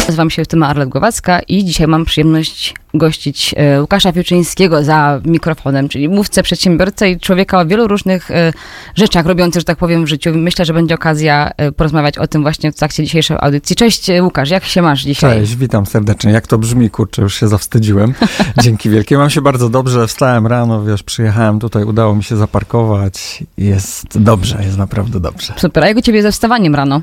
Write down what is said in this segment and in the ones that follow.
Nazywam się Justyna Arlet-Głowacka i dzisiaj mam przyjemność gościć Łukasza Fiłczyńskiego za mikrofonem, czyli mówcę, przedsiębiorcę i człowieka o wielu różnych rzeczach robiących, że tak powiem, w życiu. Myślę, że będzie okazja porozmawiać o tym właśnie w trakcie dzisiejszej audycji. Cześć Łukasz, jak się masz dzisiaj? Cześć, witam serdecznie. Jak to brzmi, kurczę, już się zawstydziłem. Dzięki wielkie. Mam się bardzo dobrze, wstałem rano, przyjechałem tutaj, udało mi się zaparkować. Jest dobrze, jest naprawdę dobrze. Super, a jak u ciebie ze wstawaniem rano?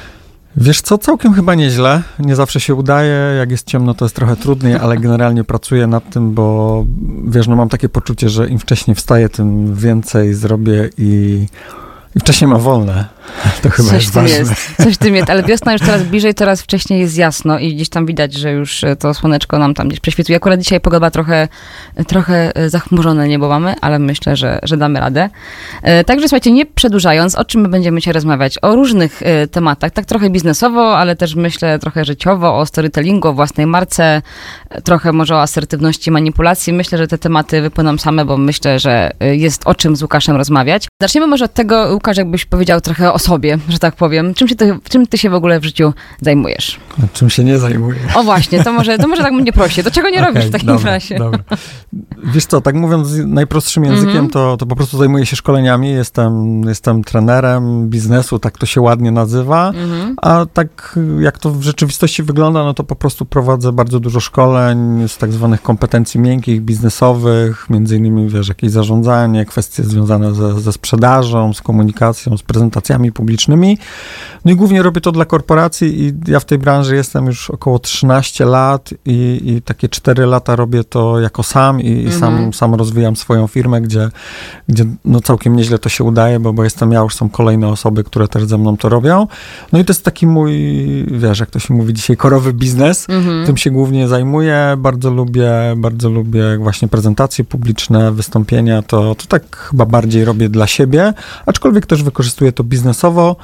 Wiesz co, całkiem chyba nieźle. Nie zawsze się udaje, jak jest ciemno, to jest trochę trudniej, ale generalnie pracuję nad tym, bo mam takie poczucie, że im wcześniej wstaję, tym więcej zrobię i wcześniej mam wolne. To chyba coś jest ważne. Coś w tym jest, ale wiosna już coraz bliżej, coraz wcześniej jest jasno i gdzieś tam widać, że już to słoneczko nam tam gdzieś prześwituje. Akurat dzisiaj pogoda trochę zachmurzone niebo mamy, ale myślę, że damy radę. Także słuchajcie, nie przedłużając, o czym my będziemy dzisiaj rozmawiać? O różnych tematach, tak trochę biznesowo, ale też myślę trochę życiowo, o storytellingu, o własnej marce, trochę może o asertywności, manipulacji. Myślę, że te tematy wypłyną same, bo myślę, że jest o czym z Łukaszem rozmawiać. Zaczniemy może od tego, Łukasz, jakbyś powiedział trochę o sobie, że tak powiem. Czym ty się w ogóle w życiu zajmujesz? Czym się nie zajmuję? O właśnie, to może tak mnie prosi. To czego nie robisz w takim razie? Dobra. Wiesz co, tak mówiąc najprostszym językiem, to po prostu zajmuję się szkoleniami. Jestem trenerem biznesu, tak to się ładnie nazywa. A tak jak to w rzeczywistości wygląda, no to po prostu prowadzę bardzo dużo szkoleń z tak zwanych kompetencji miękkich, biznesowych, między innymi, jakieś zarządzanie, kwestie związane ze sprzedażą, z komunikacją, z prezentacjami publicznymi. No i głównie robię to dla korporacji i ja w tej branży jestem już około 13 lat i takie 4 lata robię to jako sam i sam rozwijam swoją firmę, gdzie no całkiem nieźle to się udaje, bo jestem ja, już są kolejne osoby, które też ze mną to robią. No i to jest taki mój, jak to się mówi dzisiaj, korowy biznes. Tym się głównie zajmuję. Bardzo lubię właśnie prezentacje publiczne, wystąpienia. To tak chyba bardziej robię dla siebie, aczkolwiek też wykorzystuję to biznesowo.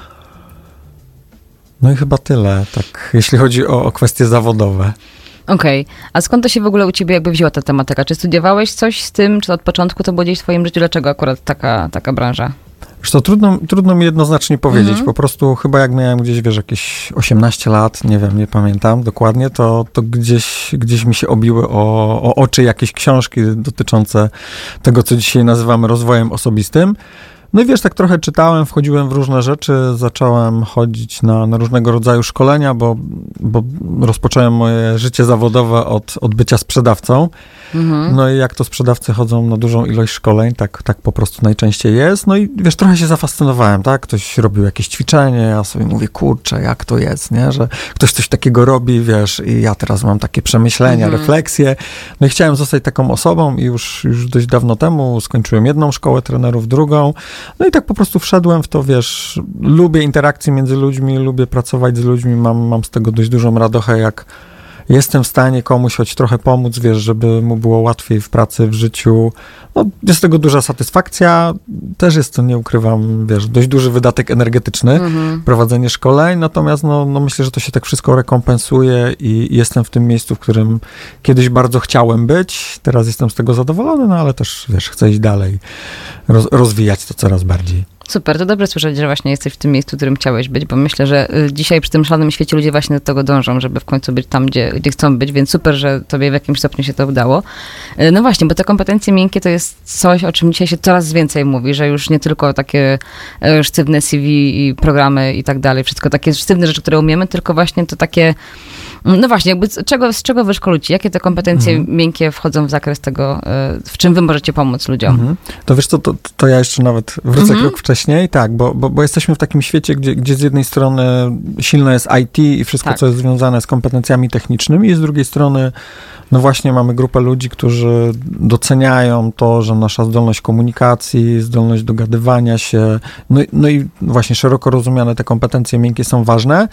No i chyba tyle, tak, jeśli chodzi o kwestie zawodowe. Okej. A skąd to się w ogóle u ciebie jakby wzięła ta tematyka? Czy studiowałeś coś z tym, czy od początku to było gdzieś w twoim życiu? Dlaczego akurat taka branża? Wiesz to trudno mi jednoznacznie powiedzieć. Po prostu chyba jak miałem gdzieś, jakieś 18 lat, nie pamiętam dokładnie, to gdzieś mi się obiły o oczy jakieś książki dotyczące tego, co dzisiaj nazywamy rozwojem osobistym. No i tak trochę czytałem, wchodziłem w różne rzeczy, zacząłem chodzić na różnego rodzaju szkolenia, bo rozpocząłem moje życie zawodowe od bycia sprzedawcą. No i jak to sprzedawcy chodzą na dużą ilość szkoleń, tak po prostu najczęściej jest. No i trochę się zafascynowałem, tak? Ktoś robił jakieś ćwiczenie, ja sobie mówię, kurczę, jak to jest, nie? Że ktoś coś takiego robi, i ja teraz mam takie przemyślenia, refleksje. No i chciałem zostać taką osobą i już dość dawno temu skończyłem jedną szkołę trenerów, drugą. No i tak po prostu wszedłem w to, lubię interakcje między ludźmi, lubię pracować z ludźmi, mam z tego dość dużą radochę, jak jestem w stanie komuś choć trochę pomóc, żeby mu było łatwiej w pracy, w życiu. No, jest z tego duża satysfakcja. Też jest to, nie ukrywam, dość duży wydatek energetyczny, prowadzenie szkoleń, natomiast myślę, że to się tak wszystko rekompensuje i jestem w tym miejscu, w którym kiedyś bardzo chciałem być. Teraz jestem z tego zadowolony, ale też, chcę iść dalej, rozwijać to coraz bardziej. Super, to dobrze słyszeć, że właśnie jesteś w tym miejscu, w którym chciałeś być, bo myślę, że dzisiaj przy tym szalonym świecie ludzie właśnie do tego dążą, żeby w końcu być tam, gdzie chcą być, więc super, że tobie w jakimś stopniu się to udało. No właśnie, bo te kompetencje miękkie to jest coś, o czym dzisiaj się coraz więcej mówi, że już nie tylko takie sztywne CV i programy i tak dalej, wszystko takie sztywne rzeczy, które umiemy, tylko właśnie to takie, no właśnie, jakby z czego wyszkolicie? Jakie te kompetencje miękkie wchodzą w zakres tego, w czym wy możecie pomóc ludziom? To to ja jeszcze nawet wrócę krok wcześniej, tak, bo jesteśmy w takim świecie, gdzie z jednej strony silne jest IT i wszystko, co jest związane z kompetencjami technicznymi, i z drugiej strony, no właśnie mamy grupę ludzi, którzy doceniają to, że nasza zdolność komunikacji, zdolność dogadywania się, no i właśnie szeroko rozumiane te kompetencje miękkie są ważne.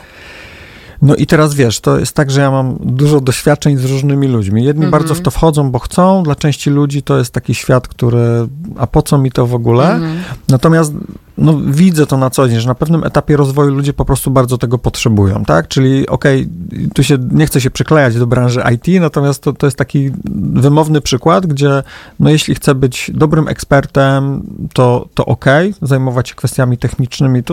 No i teraz to jest tak, że ja mam dużo doświadczeń z różnymi ludźmi. Jedni bardzo w to wchodzą, bo chcą, dla części ludzi to jest taki świat, który, a po co mi to w ogóle? Natomiast widzę to na co dzień, że na pewnym etapie rozwoju ludzie po prostu bardzo tego potrzebują, tak? Czyli tu nie chcę się przyklejać do branży IT, natomiast to jest taki wymowny przykład, gdzie jeśli chcę być dobrym ekspertem, to zajmować się kwestiami technicznymi,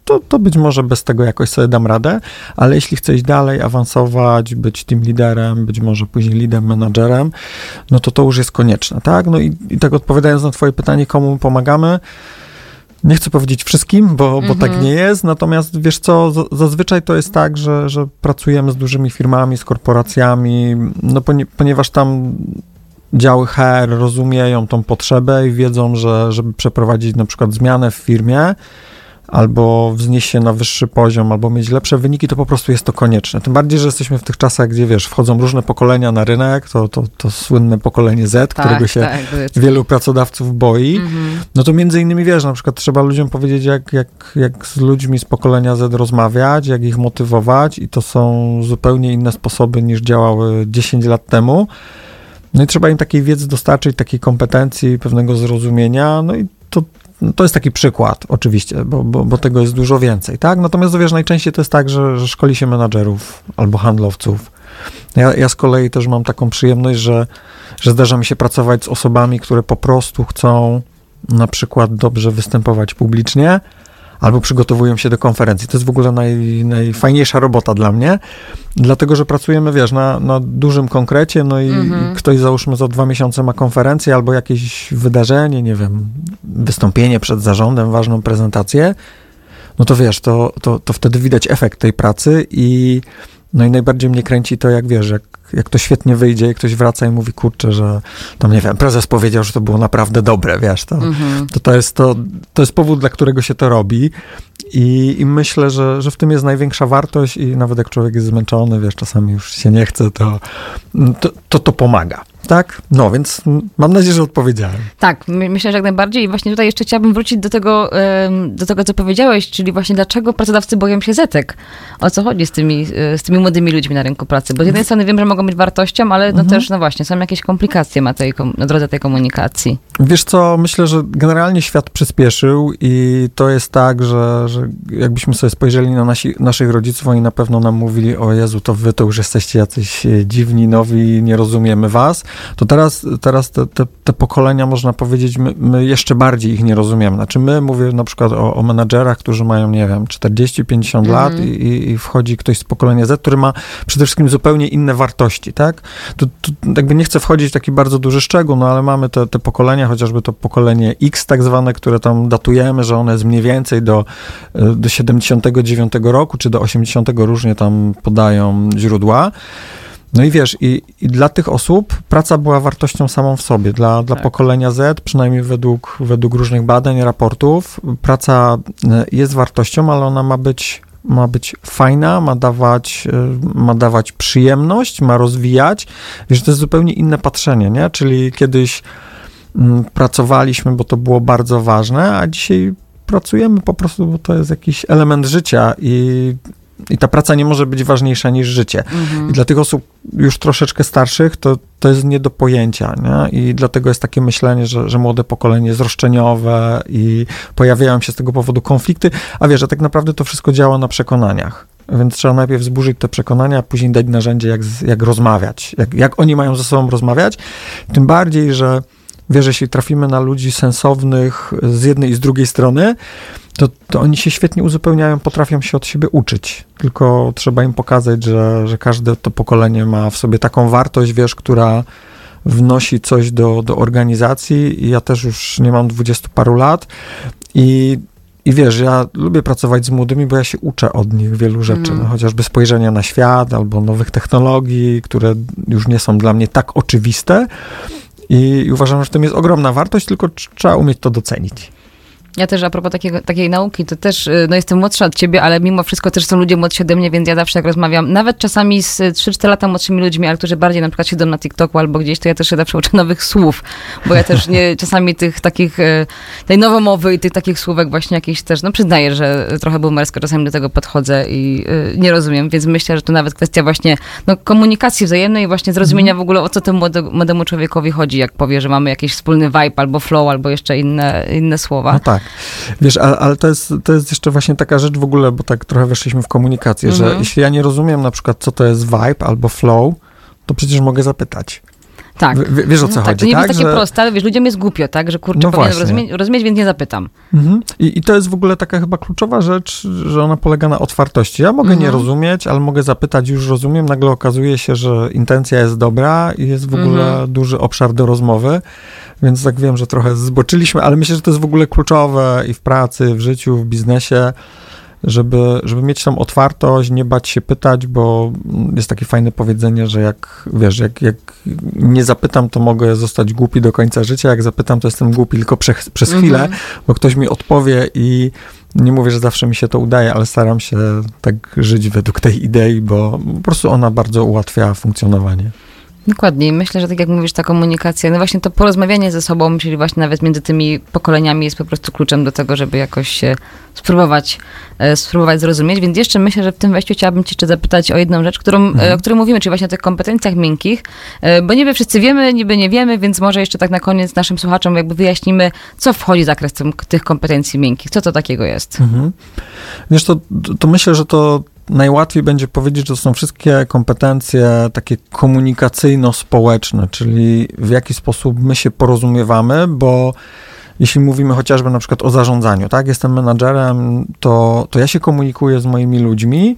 to być może bez tego jakoś sobie dam radę, ale jeśli chcę iść dalej, awansować, być team liderem, być może później leadem, menadżerem, no to już jest konieczne, tak? No i tak odpowiadając na twoje pytanie, komu pomagamy, nie chcę powiedzieć wszystkim, bo tak nie jest, natomiast wiesz co, zazwyczaj to jest tak, że pracujemy z dużymi firmami, z korporacjami, no ponieważ tam działy HR rozumieją tą potrzebę i wiedzą, że żeby przeprowadzić na przykład zmianę w firmie, albo wznieść się na wyższy poziom, albo mieć lepsze wyniki, to po prostu jest to konieczne. Tym bardziej, że jesteśmy w tych czasach, gdzie wiesz, wchodzą różne pokolenia na rynek, to słynne pokolenie Z, którego się wielu pracodawców boi. No to między innymi wiesz, na przykład trzeba ludziom powiedzieć, jak z ludźmi z pokolenia Z rozmawiać, jak ich motywować i to są zupełnie inne sposoby niż działały 10 lat temu. No i trzeba im takiej wiedzy dostarczyć, takiej kompetencji, pewnego zrozumienia, no i to jest taki przykład, oczywiście, bo tego jest dużo więcej, tak? Natomiast wiesz, najczęściej to jest tak, że szkoli się menadżerów albo handlowców. Ja z kolei też mam taką przyjemność, że zdarza mi się pracować z osobami, które po prostu chcą na przykład dobrze występować publicznie, albo przygotowują się do konferencji. To jest w ogóle najfajniejsza robota dla mnie, dlatego, że pracujemy, wiesz, na dużym konkrecie, no i ktoś załóżmy za 2 miesiące ma konferencję albo jakieś wydarzenie, nie wiem, wystąpienie przed zarządem, ważną prezentację, no to wiesz, to wtedy widać efekt tej pracy i najbardziej mnie kręci to, jak wiesz, jak to świetnie wyjdzie i ktoś wraca i mówi, kurczę, że tam, nie wiem, prezes powiedział, że to było naprawdę dobre, wiesz, to jest powód, dla którego się to robi i myślę, że w tym jest największa wartość i nawet jak człowiek jest zmęczony, wiesz, czasami już się nie chce, to pomaga. Tak? No, więc mam nadzieję, że odpowiedziałem. Tak, myślę, że jak najbardziej. I właśnie tutaj jeszcze chciałabym wrócić do tego, co powiedziałeś, czyli właśnie dlaczego pracodawcy boją się zetek. O co chodzi z tymi młodymi ludźmi na rynku pracy? Bo z jednej strony wiem, że mogą być wartością, ale też, no właśnie, są jakieś komplikacje na drodze tej komunikacji. Wiesz co, myślę, że generalnie świat przyspieszył i to jest tak, że jakbyśmy sobie spojrzeli na naszych rodziców, oni na pewno nam mówili, o Jezu, to wy to już jesteście jacyś dziwni, nowi, nie rozumiemy was. To teraz te pokolenia, można powiedzieć, my jeszcze bardziej ich nie rozumiemy. Znaczy mówię na przykład o menadżerach, którzy mają, nie wiem, 40-50 lat i wchodzi ktoś z pokolenia Z, który ma przede wszystkim zupełnie inne wartości, tak? To jakby nie chcę wchodzić w taki bardzo duży szczegół, no ale mamy te pokolenia, chociażby to pokolenie X tak zwane, które tam datujemy, że one jest mniej więcej do 79 roku, czy do 80 różnie tam podają źródła. No i wiesz, i dla tych osób praca była wartością samą w sobie. Dla pokolenia Z, przynajmniej według różnych badań, raportów, praca jest wartością, ale ona ma być fajna, ma dawać przyjemność, ma rozwijać. Wiesz, to jest zupełnie inne patrzenie, nie? Czyli kiedyś pracowaliśmy, bo to było bardzo ważne, a dzisiaj pracujemy po prostu, bo to jest jakiś element życia i ta praca nie może być ważniejsza niż życie. I dla tych osób już troszeczkę starszych to jest nie do pojęcia, nie? I dlatego jest takie myślenie, że młode pokolenie jest roszczeniowe i pojawiają się z tego powodu konflikty, a wiesz, że tak naprawdę to wszystko działa na przekonaniach. Więc trzeba najpierw zburzyć te przekonania, a później dać narzędzie, jak rozmawiać, jak oni mają ze sobą rozmawiać. Tym bardziej, że wiesz, jeśli trafimy na ludzi sensownych z jednej i z drugiej strony, to oni się świetnie uzupełniają, potrafią się od siebie uczyć. Tylko trzeba im pokazać, że każde to pokolenie ma w sobie taką wartość, wiesz, która wnosi coś do organizacji. I ja też już nie mam 20 paru lat i wiesz, ja lubię pracować z młodymi, bo ja się uczę od nich wielu rzeczy, no, chociażby spojrzenia na świat albo nowych technologii, które już nie są dla mnie tak oczywiste. I uważam, że w tym jest ogromna wartość, tylko trzeba umieć to docenić. Ja też a propos takiej nauki, to też, no jestem młodsza od ciebie, ale mimo wszystko też są ludzie młodsi ode mnie, więc ja zawsze jak rozmawiam, nawet czasami z 3-4 lata młodszymi ludźmi, ale którzy bardziej na przykład siedzą na TikToku albo gdzieś, to ja też się zawsze uczę nowych słów, bo ja też czasami tych takich, tej nowomowy i tych takich słówek właśnie jakichś też, no przyznaję, że trochę boomersko czasami do tego podchodzę i nie rozumiem, więc myślę, że to nawet kwestia właśnie komunikacji wzajemnej i właśnie zrozumienia w ogóle, o co temu młodemu człowiekowi chodzi, jak powie, że mamy jakiś wspólny vibe albo flow, albo jeszcze inne słowa. No tak. Wiesz, ale to jest jeszcze właśnie taka rzecz w ogóle, bo tak trochę weszliśmy w komunikację, że jeśli ja nie rozumiem na przykład, co to jest vibe albo flow, to przecież mogę zapytać. Tak. Wiesz, o co chodzi, to nie tak? jest takie proste, ale wiesz, ludziom jest głupio, tak? Że kurczę, powinien rozumieć, więc nie zapytam. I to jest w ogóle taka chyba kluczowa rzecz, że ona polega na otwartości. Ja mogę nie rozumieć, ale mogę zapytać, już rozumiem. Nagle okazuje się, że intencja jest dobra i jest w ogóle duży obszar do rozmowy. Więc tak wiem, że trochę zboczyliśmy, ale myślę, że to jest w ogóle kluczowe i w pracy, w życiu, w biznesie, żeby mieć tą otwartość, nie bać się pytać, bo jest takie fajne powiedzenie, że jak nie zapytam, to mogę zostać głupi do końca życia, jak zapytam, to jestem głupi tylko przez chwilę, bo ktoś mi odpowie i nie mówię, że zawsze mi się to udaje, ale staram się tak żyć według tej idei, bo po prostu ona bardzo ułatwia funkcjonowanie. Dokładnie. Myślę, że tak jak mówisz, ta komunikacja, no właśnie to porozmawianie ze sobą, czyli właśnie nawet między tymi pokoleniami jest po prostu kluczem do tego, żeby jakoś się spróbować zrozumieć. Więc jeszcze myślę, że w tym wejściu chciałabym cię jeszcze zapytać o jedną rzecz, o której mówimy, czyli właśnie o tych kompetencjach miękkich, bo niby wszyscy wiemy, niby nie wiemy, więc może jeszcze tak na koniec naszym słuchaczom jakby wyjaśnimy, co wchodzi w zakres tych kompetencji miękkich. Co to takiego jest? Wiesz, to myślę, że to najłatwiej będzie powiedzieć, że to są wszystkie kompetencje takie komunikacyjno-społeczne, czyli w jaki sposób my się porozumiewamy, bo jeśli mówimy chociażby na przykład o zarządzaniu, tak, jestem menadżerem, to ja się komunikuję z moimi ludźmi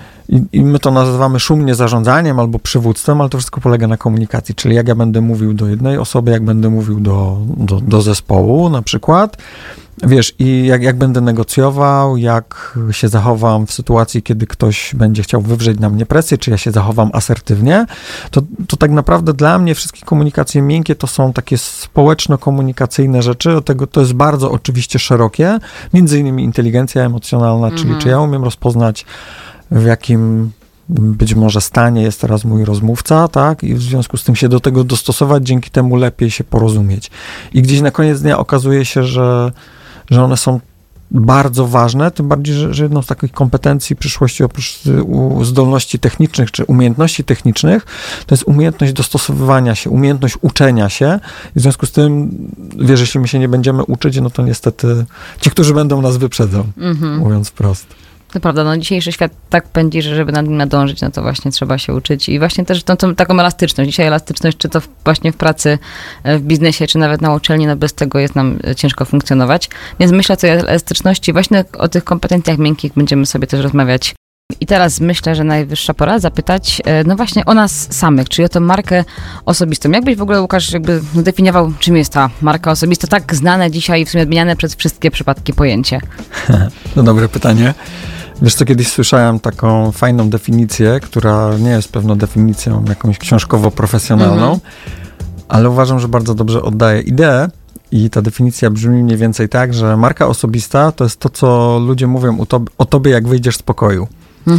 i my to nazywamy szumnie zarządzaniem albo przywództwem, ale to wszystko polega na komunikacji, czyli jak ja będę mówił do jednej osoby, jak będę mówił do zespołu na przykład, wiesz, i jak będę negocjował, jak się zachowam w sytuacji, kiedy ktoś będzie chciał wywrzeć na mnie presję, czy ja się zachowam asertywnie, to tak naprawdę dla mnie wszystkie komunikacje miękkie to są takie społeczno-komunikacyjne rzeczy, dlatego to jest bardzo oczywiście szerokie, między innymi inteligencja emocjonalna, czyli czy ja umiem rozpoznać, w jakim być może stanie jest teraz mój rozmówca, tak? I w związku z tym się do tego dostosować, dzięki temu lepiej się porozumieć. I gdzieś na koniec dnia okazuje się, że one są bardzo ważne, tym bardziej, że jedną z takich kompetencji przyszłości oprócz zdolności technicznych czy umiejętności technicznych, to jest umiejętność dostosowywania się, umiejętność uczenia się. I w związku z tym, wiesz, jeśli my się nie będziemy uczyć, no to niestety ci, którzy będą, nas wyprzedzą, mówiąc wprost. To prawda, no dzisiejszy świat tak pędzi, że żeby nad nim nadążyć, no to właśnie trzeba się uczyć i właśnie też tą taką elastyczność. Dzisiaj elastyczność, czy to właśnie w pracy, w biznesie, czy nawet na uczelni, no bez tego jest nam ciężko funkcjonować. Więc myślę o tej elastyczności, właśnie o tych kompetencjach miękkich będziemy sobie też rozmawiać. I teraz myślę, że najwyższa pora zapytać, no właśnie o nas samych, czyli o tę markę osobistą. Jak byś w ogóle, Łukasz, jakby definiował, czym jest ta marka osobista, tak znane dzisiaj, w sumie odmieniane przez wszystkie przypadki pojęcie? No dobre pytanie. Wiesz co, kiedyś słyszałem taką fajną definicję, która nie jest pewną definicją jakąś książkowo-profesjonalną, ale uważam, że bardzo dobrze oddaje ideę i ta definicja brzmi mniej więcej tak, że marka osobista to jest to, co ludzie mówią o tobie, jak wyjdziesz z pokoju.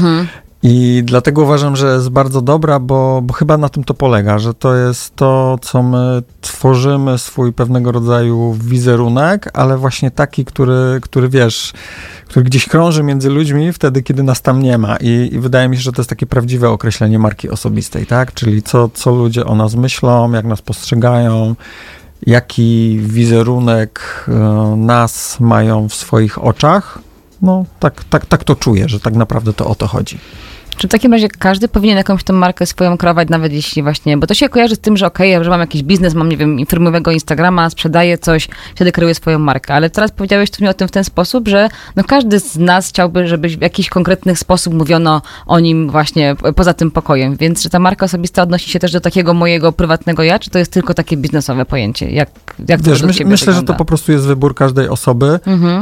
I dlatego uważam, że jest bardzo dobra, bo chyba na tym to polega, że to jest to, co my tworzymy, swój pewnego rodzaju wizerunek, ale właśnie taki, który wiesz, który gdzieś krąży między ludźmi wtedy, kiedy nas tam nie ma. I wydaje mi się, że to jest takie prawdziwe określenie marki osobistej, tak? Czyli co ludzie o nas myślą, jak nas postrzegają, jaki wizerunek nas mają w swoich oczach. No, tak to czuję, że tak naprawdę to o to chodzi. Czy w takim razie każdy powinien jakąś tą markę swoją kreować, nawet jeśli właśnie, bo to się kojarzy z tym, że że mam jakiś biznes, mam, nie wiem, firmowego Instagrama, sprzedaję coś, wtedy kreuję swoją markę. Ale teraz powiedziałeś tu mi o tym w ten sposób, że no każdy z nas chciałby, żeby w jakiś konkretny sposób mówiono o nim właśnie poza tym pokojem. Więc czy ta marka osobista odnosi się też do takiego mojego prywatnego ja, czy to jest tylko takie biznesowe pojęcie? Jak to wiesz, myślę, wygląda? że to po prostu jest wybór każdej osoby.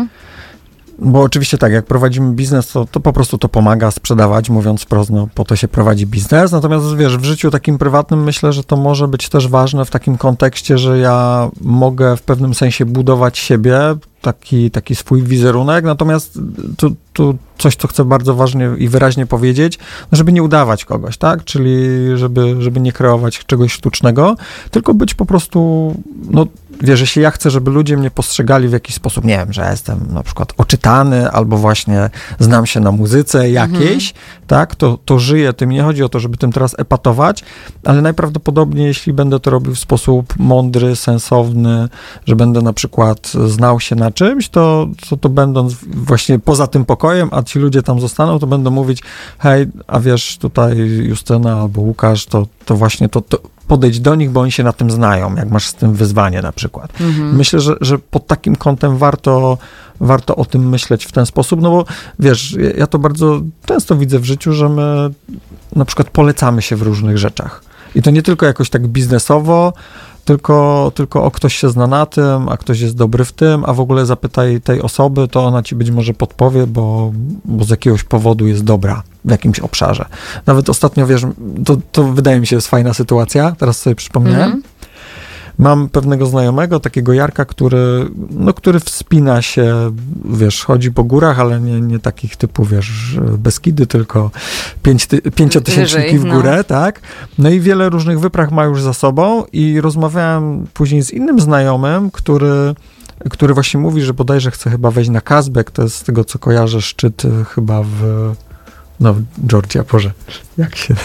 Bo oczywiście tak, jak prowadzimy biznes, to po prostu to pomaga sprzedawać, mówiąc wprost, no po to się prowadzi biznes. Natomiast wiesz, w życiu takim prywatnym myślę, że to może być też ważne w takim kontekście, że ja mogę w pewnym sensie budować siebie, taki swój wizerunek, natomiast tu coś, co chcę bardzo ważnie i wyraźnie powiedzieć, żeby nie udawać kogoś, tak? Czyli żeby nie kreować czegoś sztucznego, tylko być po prostu, no wiesz, jeśli ja chcę, żeby ludzie mnie postrzegali w jakiś sposób, nie wiem, że ja jestem na przykład oczytany, albo właśnie znam się na muzyce jakiejś, tak? To żyję tym, nie chodzi o to, żeby tym teraz epatować, ale najprawdopodobniej, jeśli będę to robił w sposób mądry, sensowny, że będę na przykład znał się na czymś, to będąc właśnie poza tym pokojem, a ci ludzie tam zostaną, to będą mówić, hej, a wiesz, tutaj Justyna albo Łukasz, to właśnie to podejdź do nich, bo oni się na tym znają, jak masz z tym wyzwanie na przykład. Myślę, że pod takim kątem warto o tym myśleć w ten sposób, no bo wiesz, ja to bardzo często widzę w życiu, że my na przykład polecamy się w różnych rzeczach. I to nie tylko jakoś tak biznesowo, tylko ktoś się zna na tym, a ktoś jest dobry w tym, a w ogóle zapytaj tej osoby, to ona ci być może podpowie, bo z jakiegoś powodu jest dobra w jakimś obszarze. Nawet ostatnio, wiesz, to wydaje mi się jest fajna sytuacja, teraz sobie przypomniałem. Mam pewnego znajomego, takiego Jarka, który wspina się, wiesz, chodzi po górach, ale nie takich typu, wiesz, Beskidy, tylko 5-tysięczniki w górę, tak? No i wiele różnych wypraw ma już za sobą i rozmawiałem później z innym znajomym, który właśnie mówi, że bodajże chce chyba wejść na Kazbek, to jest z tego, co kojarzę, szczyt chyba w Georgia, Boże, jak się...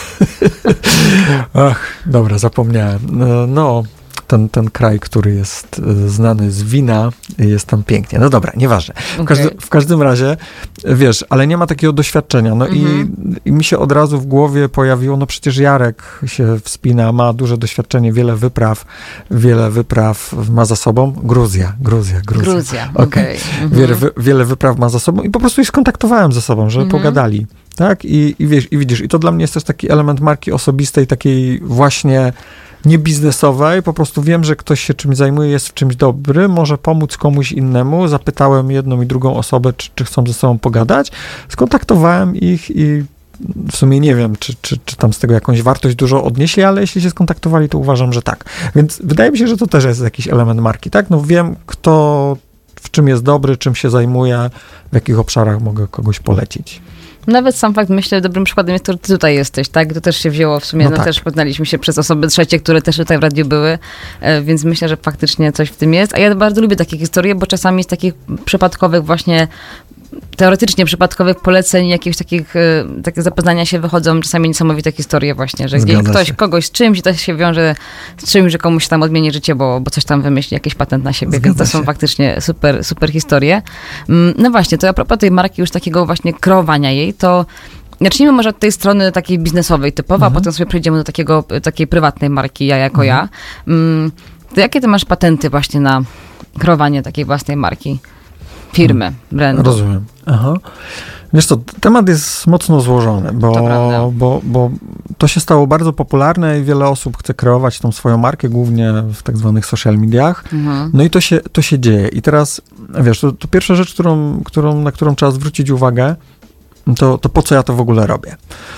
Ach, dobra, zapomniałem. No, ten kraj, który jest znany z wina, jest tam pięknie. No dobra, nieważne. W każdym razie, wiesz, ale nie ma takiego doświadczenia. No i mi się od razu w głowie pojawiło, no przecież Jarek się wspina, ma duże doświadczenie, wiele wypraw ma za sobą. Gruzja. Okej. Wiele wypraw ma za sobą i po prostu ich skontaktowałem ze sobą, żeby pogadali. Tak? I widzisz, i to dla mnie jest też taki element marki osobistej, takiej właśnie nie biznesowej, po prostu wiem, że ktoś się czymś zajmuje, jest w czymś dobry, może pomóc komuś innemu. Zapytałem jedną i drugą osobę, czy chcą ze sobą pogadać. Skontaktowałem ich i w sumie nie wiem, czy tam z tego jakąś wartość dużo odnieśli, ale jeśli się skontaktowali, to uważam, że tak. Więc wydaje mi się, że to też jest jakiś element marki, tak? No wiem, kto w czym jest dobry, czym się zajmuje, w jakich obszarach mogę kogoś polecić. Nawet sam fakt, myślę, dobrym przykładem jest to, że ty tutaj jesteś, tak? To też się wzięło w sumie, tak. Też poznaliśmy się przez osoby trzecie, które też tutaj w radiu były, więc myślę, że faktycznie coś w tym jest. A ja bardzo lubię takie historie, bo czasami z takich przypadkowych właśnie, teoretycznie przypadkowych poleceń, jakichś takie zapoznania się wychodzą czasami niesamowite historie właśnie, że ktoś kogoś z czymś i to się wiąże z czymś, że komuś tam odmieni życie, bo coś tam wymyśli, jakiś patent na siebie, więc to są faktycznie super historie. No właśnie, to a propos tej marki już takiego właśnie kreowania jej, to zacznijmy może od tej strony takiej biznesowej typowo, a potem sobie przejdziemy do takiej prywatnej marki ja jako ja. To jakie ty masz patenty właśnie na kreowanie takiej własnej marki? Firmy, brandu. Rozumiem. Aha. Wiesz co, temat jest mocno złożony, bo to się stało bardzo popularne i wiele osób chce kreować tą swoją markę, głównie w tak zwanych social mediach. No i to się dzieje. I teraz, wiesz, to pierwsza rzecz, na którą trzeba zwrócić uwagę, to po co ja to w ogóle robię.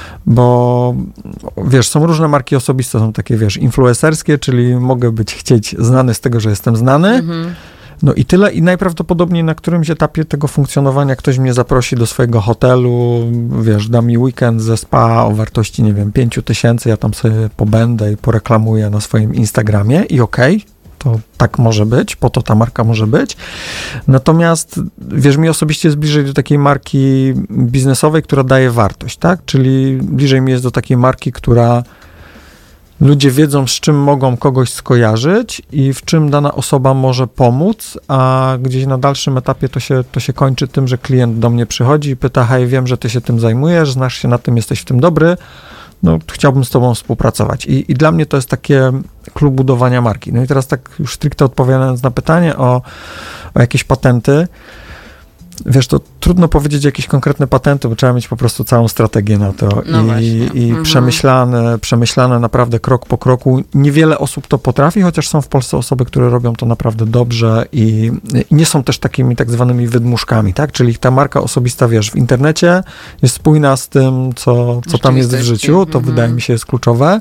Bo, wiesz, są różne marki osobiste, są takie, wiesz, influencerskie, czyli mogę chcieć znany z tego, że jestem znany, no i tyle. I najprawdopodobniej na którymś etapie tego funkcjonowania ktoś mnie zaprosi do swojego hotelu, wiesz, da mi weekend ze spa o wartości, nie wiem, 5,000, ja tam sobie pobędę i poreklamuję na swoim Instagramie i okej, to tak może być, po to ta marka może być. Natomiast, wiesz, mi osobiście jest bliżej do takiej marki biznesowej, która daje wartość, tak? Czyli bliżej mi jest do takiej marki, która ludzie wiedzą, z czym mogą kogoś skojarzyć i w czym dana osoba może pomóc, a gdzieś na dalszym etapie to się kończy tym, że klient do mnie przychodzi i pyta, hej, wiem, że ty się tym zajmujesz, znasz się na tym, jesteś w tym dobry, no chciałbym z tobą współpracować. I dla mnie to jest takie klub budowania marki. No i teraz tak już stricte odpowiadając na pytanie o jakieś patenty, wiesz, to trudno powiedzieć jakieś konkretne patenty, bo trzeba mieć po prostu całą strategię na to i przemyślane naprawdę krok po kroku. Niewiele osób to potrafi, chociaż są w Polsce osoby, które robią to naprawdę dobrze i nie są też takimi tak zwanymi wydmuszkami, tak? Czyli ta marka osobista, wiesz, w internecie jest spójna z tym, co tam jest w życiu. To wydaje mi się jest kluczowe.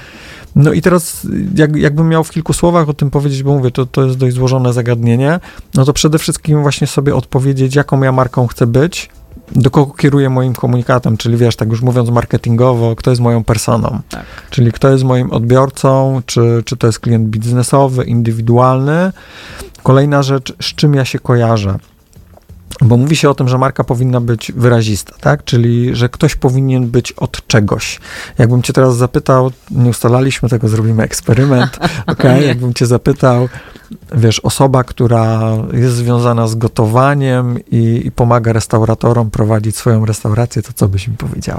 No i teraz, jakbym miał w kilku słowach o tym powiedzieć, bo mówię, to jest dość złożone zagadnienie, no to przede wszystkim właśnie sobie odpowiedzieć, jaką ja marką chcę być, do kogo kieruję moim komunikatem, czyli wiesz, tak już mówiąc marketingowo, kto jest moją personą, tak. Czyli kto jest moim odbiorcą, czy to jest klient biznesowy, indywidualny. Kolejna rzecz, z czym ja się kojarzę. Bo mówi się o tym, że marka powinna być wyrazista, tak? Czyli, że ktoś powinien być od czegoś. Jakbym cię teraz zapytał, nie ustalaliśmy tego, zrobimy eksperyment, okej? Jakbym cię zapytał, wiesz, osoba, która jest związana z gotowaniem i pomaga restauratorom prowadzić swoją restaurację, to co byś mi powiedziała?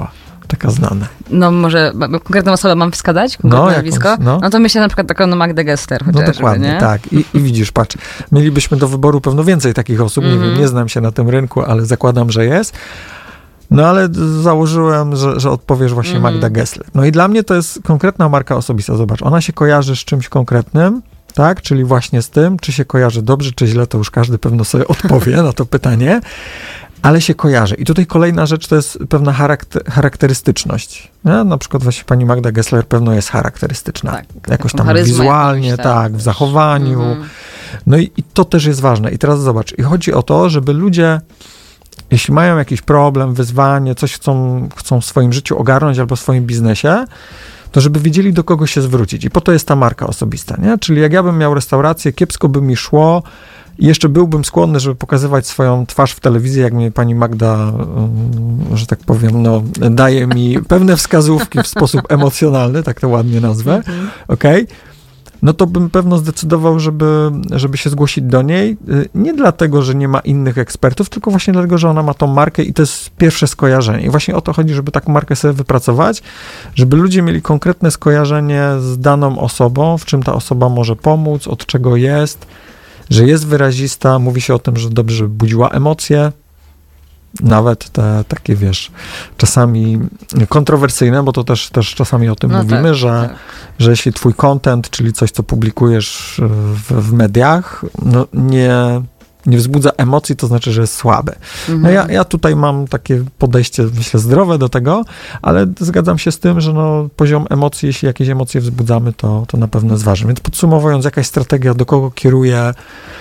taka znana. No może konkretną osobę mam wskazać? Konkretne nazwisko? No to myślę na przykład taką Magdę Gessler chociażby, no dokładnie, nie? tak. I widzisz, patrz, mielibyśmy do wyboru pewno więcej takich osób, nie wiem, nie znam się na tym rynku, ale zakładam, że jest. No ale założyłem, że odpowiesz właśnie Magda Gessler. No i dla mnie to jest konkretna marka osobista. Zobacz, ona się kojarzy z czymś konkretnym, tak? Czyli właśnie z tym, czy się kojarzy dobrze, czy źle, to już każdy pewno sobie odpowie na to pytanie, ale się kojarzy. I tutaj kolejna rzecz to jest pewna charakterystyczność. Nie? Na przykład właśnie pani Magda Gessler pewno jest charakterystyczna. Tak, jakoś tam wizualnie, jakąś, tak, w zachowaniu. No i to też jest ważne. I teraz zobacz, i chodzi o to, żeby ludzie, jeśli mają jakiś problem, wyzwanie, coś chcą w swoim życiu ogarnąć albo w swoim biznesie, to żeby wiedzieli, do kogo się zwrócić. I po to jest ta marka osobista, nie? Czyli jak ja bym miał restaurację, kiepsko by mi szło i jeszcze byłbym skłonny, żeby pokazywać swoją twarz w telewizji, jak mnie pani Magda, że tak powiem, daje mi pewne wskazówki w sposób emocjonalny, tak to ładnie nazwę, okej? No to bym pewno zdecydował, żeby się zgłosić do niej. Nie dlatego, że nie ma innych ekspertów, tylko właśnie dlatego, że ona ma tą markę i to jest pierwsze skojarzenie. I właśnie o to chodzi, żeby taką markę sobie wypracować, żeby ludzie mieli konkretne skojarzenie z daną osobą, w czym ta osoba może pomóc, od czego jest, że jest wyrazista. Mówi się o tym, że dobrze, żeby budziła emocje. Nawet te takie, wiesz, czasami kontrowersyjne, bo to też czasami o tym mówimy, tak, że jeśli twój content, czyli coś, co publikujesz w mediach, no nie wzbudza emocji, to znaczy, że jest słaby. No ja tutaj mam takie podejście, myślę, zdrowe do tego, ale zgadzam się z tym, że poziom emocji, jeśli jakieś emocje wzbudzamy, to na pewno jest ważne. Więc podsumowując, jakaś strategia, do kogo kieruję,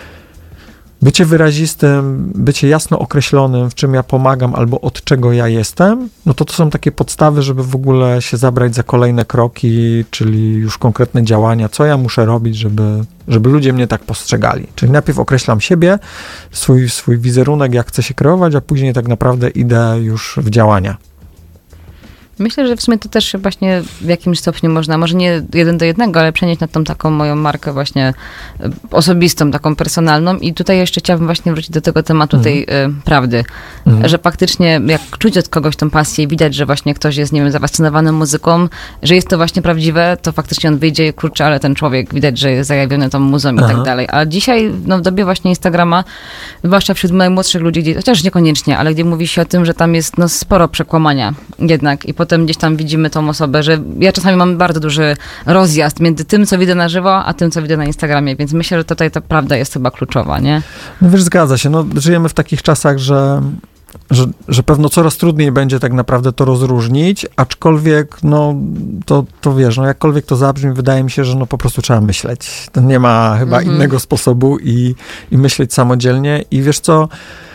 bycie wyrazistym, bycie jasno określonym, w czym ja pomagam albo od czego ja jestem, no to są takie podstawy, żeby w ogóle się zabrać za kolejne kroki, czyli już konkretne działania, co ja muszę robić, żeby ludzie mnie tak postrzegali. Czyli najpierw określam siebie, swój wizerunek, jak chcę się kreować, a później tak naprawdę idę już w działania. Myślę, że w sumie to też właśnie w jakimś stopniu można, może nie 1 do 1, ale przenieść na tą taką moją markę właśnie osobistą, taką personalną. I tutaj jeszcze chciałabym właśnie wrócić do tego tematu tej prawdy, że faktycznie jak czuć od kogoś tą pasję i widać, że właśnie ktoś jest, nie wiem, zafascynowany muzyką, że jest to właśnie prawdziwe, to faktycznie on wyjdzie, kurczę, ale ten człowiek widać, że jest zajawiony tą muzą i tak dalej. A dzisiaj, w dobie właśnie Instagrama, zwłaszcza wśród najmłodszych ludzi, chociaż niekoniecznie, ale gdzie mówi się o tym, że tam jest sporo przekłamania jednak i potem gdzieś tam widzimy tą osobę, że ja czasami mam bardzo duży rozjazd między tym, co widzę na żywo, a tym, co widzę na Instagramie, więc myślę, że tutaj ta prawda jest chyba kluczowa, nie? No wiesz, zgadza się. Żyjemy w takich czasach, że pewno coraz trudniej będzie tak naprawdę to rozróżnić, aczkolwiek, to wiesz, jakkolwiek to zabrzmi, wydaje mi się, że po prostu trzeba myśleć. To nie ma chyba innego sposobu i myśleć samodzielnie i wiesz co,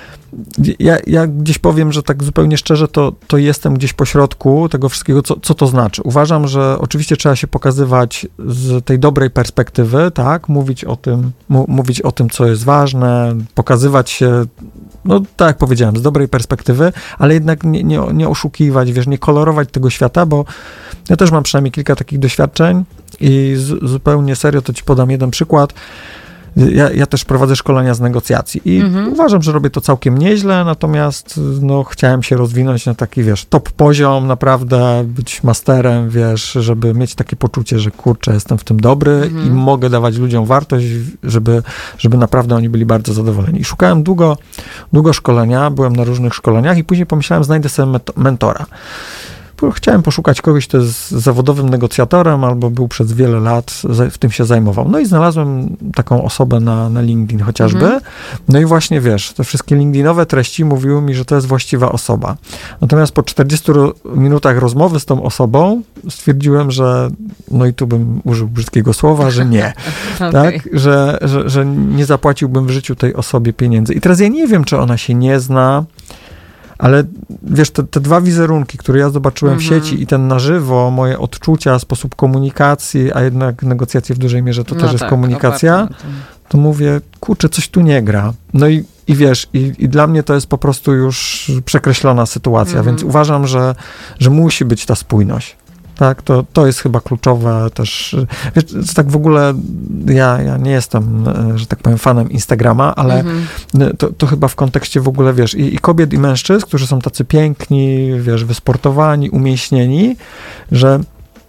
ja gdzieś powiem, że tak zupełnie szczerze, to jestem gdzieś po środku tego wszystkiego, co to znaczy. Uważam, że oczywiście trzeba się pokazywać z tej dobrej perspektywy, tak, mówić o tym, co jest ważne, pokazywać się, tak jak powiedziałem, z dobrej perspektywy, ale jednak nie oszukiwać, wiesz, nie kolorować tego świata, bo ja też mam przynajmniej kilka takich doświadczeń i zupełnie serio to ci podam jeden przykład. Ja też prowadzę szkolenia z negocjacji i uważam, że robię to całkiem nieźle, natomiast chciałem się rozwinąć na taki, wiesz, top poziom, naprawdę być masterem, wiesz, żeby mieć takie poczucie, że kurczę, jestem w tym dobry i mogę dawać ludziom wartość, żeby naprawdę oni byli bardzo zadowoleni. I szukałem długo szkolenia, byłem na różnych szkoleniach i później pomyślałem, znajdę sobie mentora. Chciałem poszukać kogoś, kto jest zawodowym negocjatorem albo był przez wiele lat, w tym się zajmował. No i znalazłem taką osobę na LinkedIn chociażby. No i właśnie, wiesz, te wszystkie LinkedInowe treści mówiły mi, że to jest właściwa osoba. Natomiast po 40 minutach rozmowy z tą osobą stwierdziłem, że, i tu bym użył brzydkiego słowa, że nie. Okay. Tak? Że nie zapłaciłbym w życiu tej osobie pieniędzy. I teraz ja nie wiem, czy ona się nie zna, ale wiesz, te dwa wizerunki, które ja zobaczyłem w sieci i ten na żywo, moje odczucia, sposób komunikacji, a jednak negocjacje w dużej mierze to też jest komunikacja, to mówię, kurczę, coś tu nie gra. No i wiesz, i dla mnie to jest po prostu już przekreślona sytuacja, więc uważam, że musi być ta spójność. Tak, to jest chyba kluczowe też. Wiesz, tak w ogóle ja nie jestem, że tak powiem, fanem Instagrama, ale to chyba w kontekście w ogóle, wiesz, i kobiet, i mężczyzn, którzy są tacy piękni, wiesz, wysportowani, umieśnieni, że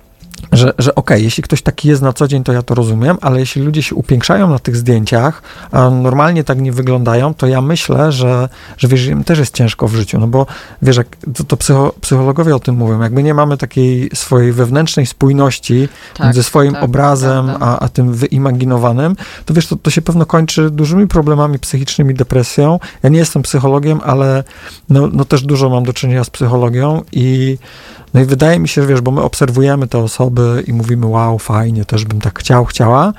okej, jeśli ktoś taki jest na co dzień, to ja to rozumiem, ale jeśli ludzie się upiększają na tych zdjęciach, a normalnie tak nie wyglądają, to ja myślę, że wiesz, im też jest ciężko w życiu, no bo wiesz, jak psychologowie o tym mówią, jakby nie mamy takiej swojej wewnętrznej spójności między swoim obrazem, a tym wyimaginowanym, to wiesz, to się pewno kończy dużymi problemami psychicznymi, depresją. Ja nie jestem psychologiem, ale no też dużo mam do czynienia z psychologią i wydaje mi się, że wiesz, bo my obserwujemy te osoby i mówimy, wow, fajnie, też bym tak chciała,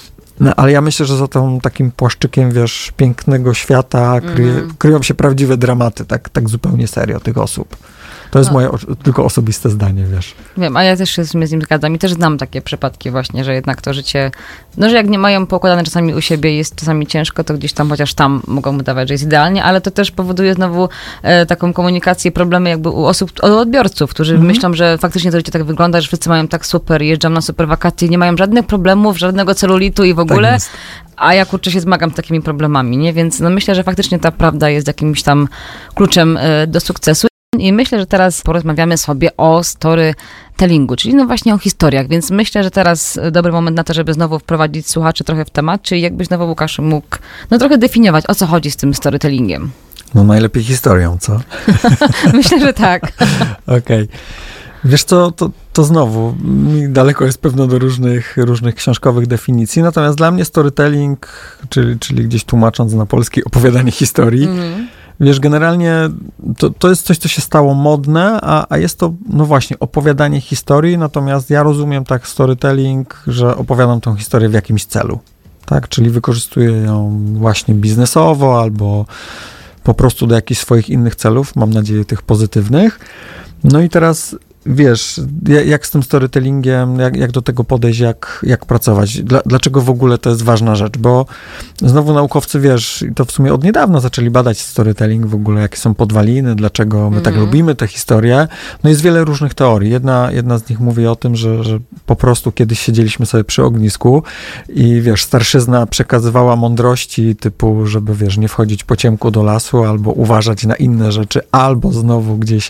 ale ja myślę, że za tą takim płaszczykiem, wiesz, pięknego świata kryją się prawdziwe dramaty, tak zupełnie serio tych osób. To jest moje tylko osobiste zdanie, wiesz. Wiem, a ja też się z nim zgadzam i też znam takie przypadki właśnie, że jednak to życie, no że jak nie mają poukładane czasami u siebie, jest czasami ciężko, to gdzieś tam, chociaż tam mogą udawać, że jest idealnie, ale to też powoduje znowu taką komunikację, problemy jakby u osób, u odbiorców, którzy myślą, że faktycznie to życie tak wygląda, że wszyscy mają tak super, jeżdżą na super wakacje, nie mają żadnych problemów, żadnego celulitu i w ogóle, tak, a ja kurczę się zmagam z takimi problemami, nie? Więc no myślę, że faktycznie ta prawda jest jakimś tam kluczem do sukcesu. I myślę, że teraz porozmawiamy sobie o storytellingu, czyli no właśnie o historiach, więc myślę, że teraz dobry moment na to, żeby znowu wprowadzić słuchaczy trochę w temat, czyli jakbyś znowu, Łukasz, mógł no trochę definiować, o co chodzi z tym storytellingiem. No najlepiej historią, co? Myślę, że tak. Okej. Wiesz co, to znowu daleko jest pewno do różnych książkowych definicji, natomiast dla mnie storytelling, czyli gdzieś tłumacząc na polski opowiadanie historii, wiesz, generalnie to jest coś, co się stało modne, a jest to, no właśnie, opowiadanie historii, natomiast ja rozumiem tak storytelling, że opowiadam tą historię w jakimś celu, tak? Czyli wykorzystuję ją właśnie biznesowo albo po prostu do jakichś swoich innych celów, mam nadzieję tych pozytywnych. No i teraz wiesz, jak z tym storytellingiem, jak do tego podejść, jak pracować? Dlaczego w ogóle to jest ważna rzecz? Bo znowu naukowcy, wiesz, i to w sumie od niedawna zaczęli badać storytelling, w ogóle jakie są podwaliny, dlaczego my tak lubimy te historie. No jest wiele różnych teorii. Jedna z nich mówi o tym, że po prostu kiedyś siedzieliśmy sobie przy ognisku i wiesz, starszyzna przekazywała mądrości typu, żeby wiesz, nie wchodzić po ciemku do lasu, albo uważać na inne rzeczy, albo znowu gdzieś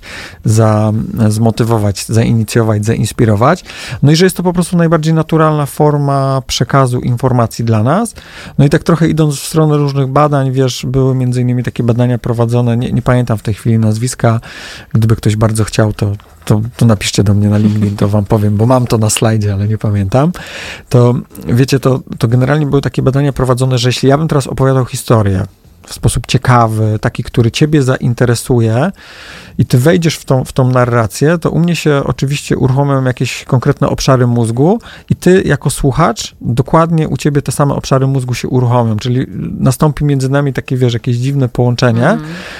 zmotywować, zainicjować, zainspirować. No i że jest to po prostu najbardziej naturalna forma przekazu informacji dla nas. No i tak trochę idąc w stronę różnych badań, wiesz, były między innymi takie badania prowadzone, nie pamiętam w tej chwili nazwiska, gdyby ktoś bardzo chciał, to napiszcie do mnie na LinkedIn, to wam powiem, bo mam to na slajdzie, ale nie pamiętam. To wiecie, to generalnie były takie badania prowadzone, że jeśli ja bym teraz opowiadał historię w sposób ciekawy, taki, który ciebie zainteresuje i ty wejdziesz w tą narrację, to u mnie się oczywiście uruchomią jakieś konkretne obszary mózgu i ty jako słuchacz, dokładnie u ciebie te same obszary mózgu się uruchomią, czyli nastąpi między nami takie, wiesz, jakieś dziwne połączenie,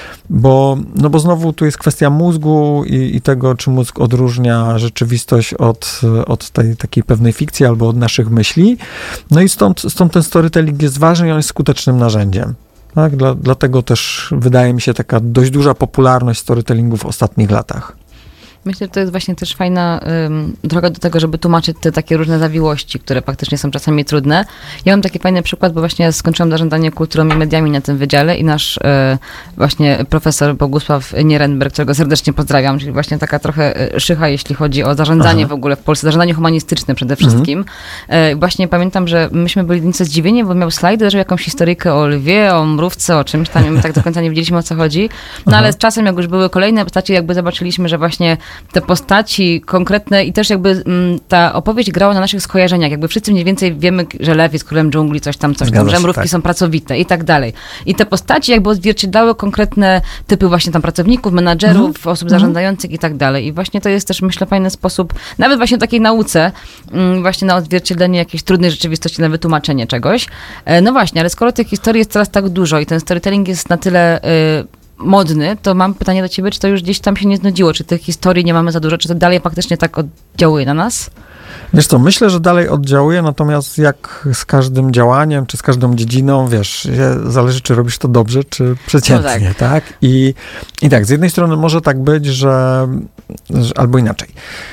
bo znowu tu jest kwestia mózgu i tego, czy mózg odróżnia rzeczywistość od tej takiej pewnej fikcji albo od naszych myśli. No i stąd ten storytelling jest ważny i on jest skutecznym narzędziem. Tak, dlatego też wydaje mi się taka dość duża popularność storytellingu w ostatnich latach. Myślę, że to jest właśnie też fajna droga do tego, żeby tłumaczyć te takie różne zawiłości, które faktycznie są czasami trudne. Ja mam taki fajny przykład, bo właśnie skończyłam zarządzanie kulturą i mediami na tym wydziale i nasz właśnie profesor Bogusław Nierenberg, którego serdecznie pozdrawiam, czyli właśnie taka trochę szycha, jeśli chodzi o zarządzanie w ogóle w Polsce, zarządzanie humanistyczne przede wszystkim. Właśnie pamiętam, że myśmy byli nieco zdziwieni, bo miał slajdy, że jakąś historyjkę o lwie, o mrówce, o czymś tam i my tak do końca nie wiedzieliśmy, o co chodzi. No ale z czasem, jak już były kolejne postacie, jakby zobaczyliśmy, że właśnie te postaci konkretne i też jakby ta opowieść grała na naszych skojarzeniach. Jakby wszyscy mniej więcej wiemy, że lew jest królem dżungli, coś tam, że mrówki są pracowite i tak dalej. I te postaci jakby odzwierciedlały konkretne typy właśnie tam pracowników, menadżerów, osób zarządzających i tak dalej. I właśnie to jest też, myślę, fajny sposób, nawet właśnie w takiej nauce, właśnie na odzwierciedlenie jakiejś trudnej rzeczywistości, na wytłumaczenie czegoś. No właśnie, ale skoro tych historii jest teraz tak dużo i ten storytelling jest na tyle modny, to mam pytanie do ciebie, czy to już gdzieś tam się nie znudziło? Czy tych historii nie mamy za dużo? Czy to dalej faktycznie tak oddziałuje na nas? Wiesz co, myślę, że dalej oddziałuje, natomiast jak z każdym działaniem, czy z każdą dziedziną, wiesz, zależy, czy robisz to dobrze, czy przeciętnie, no tak? I tak, z jednej strony może tak być, że albo inaczej.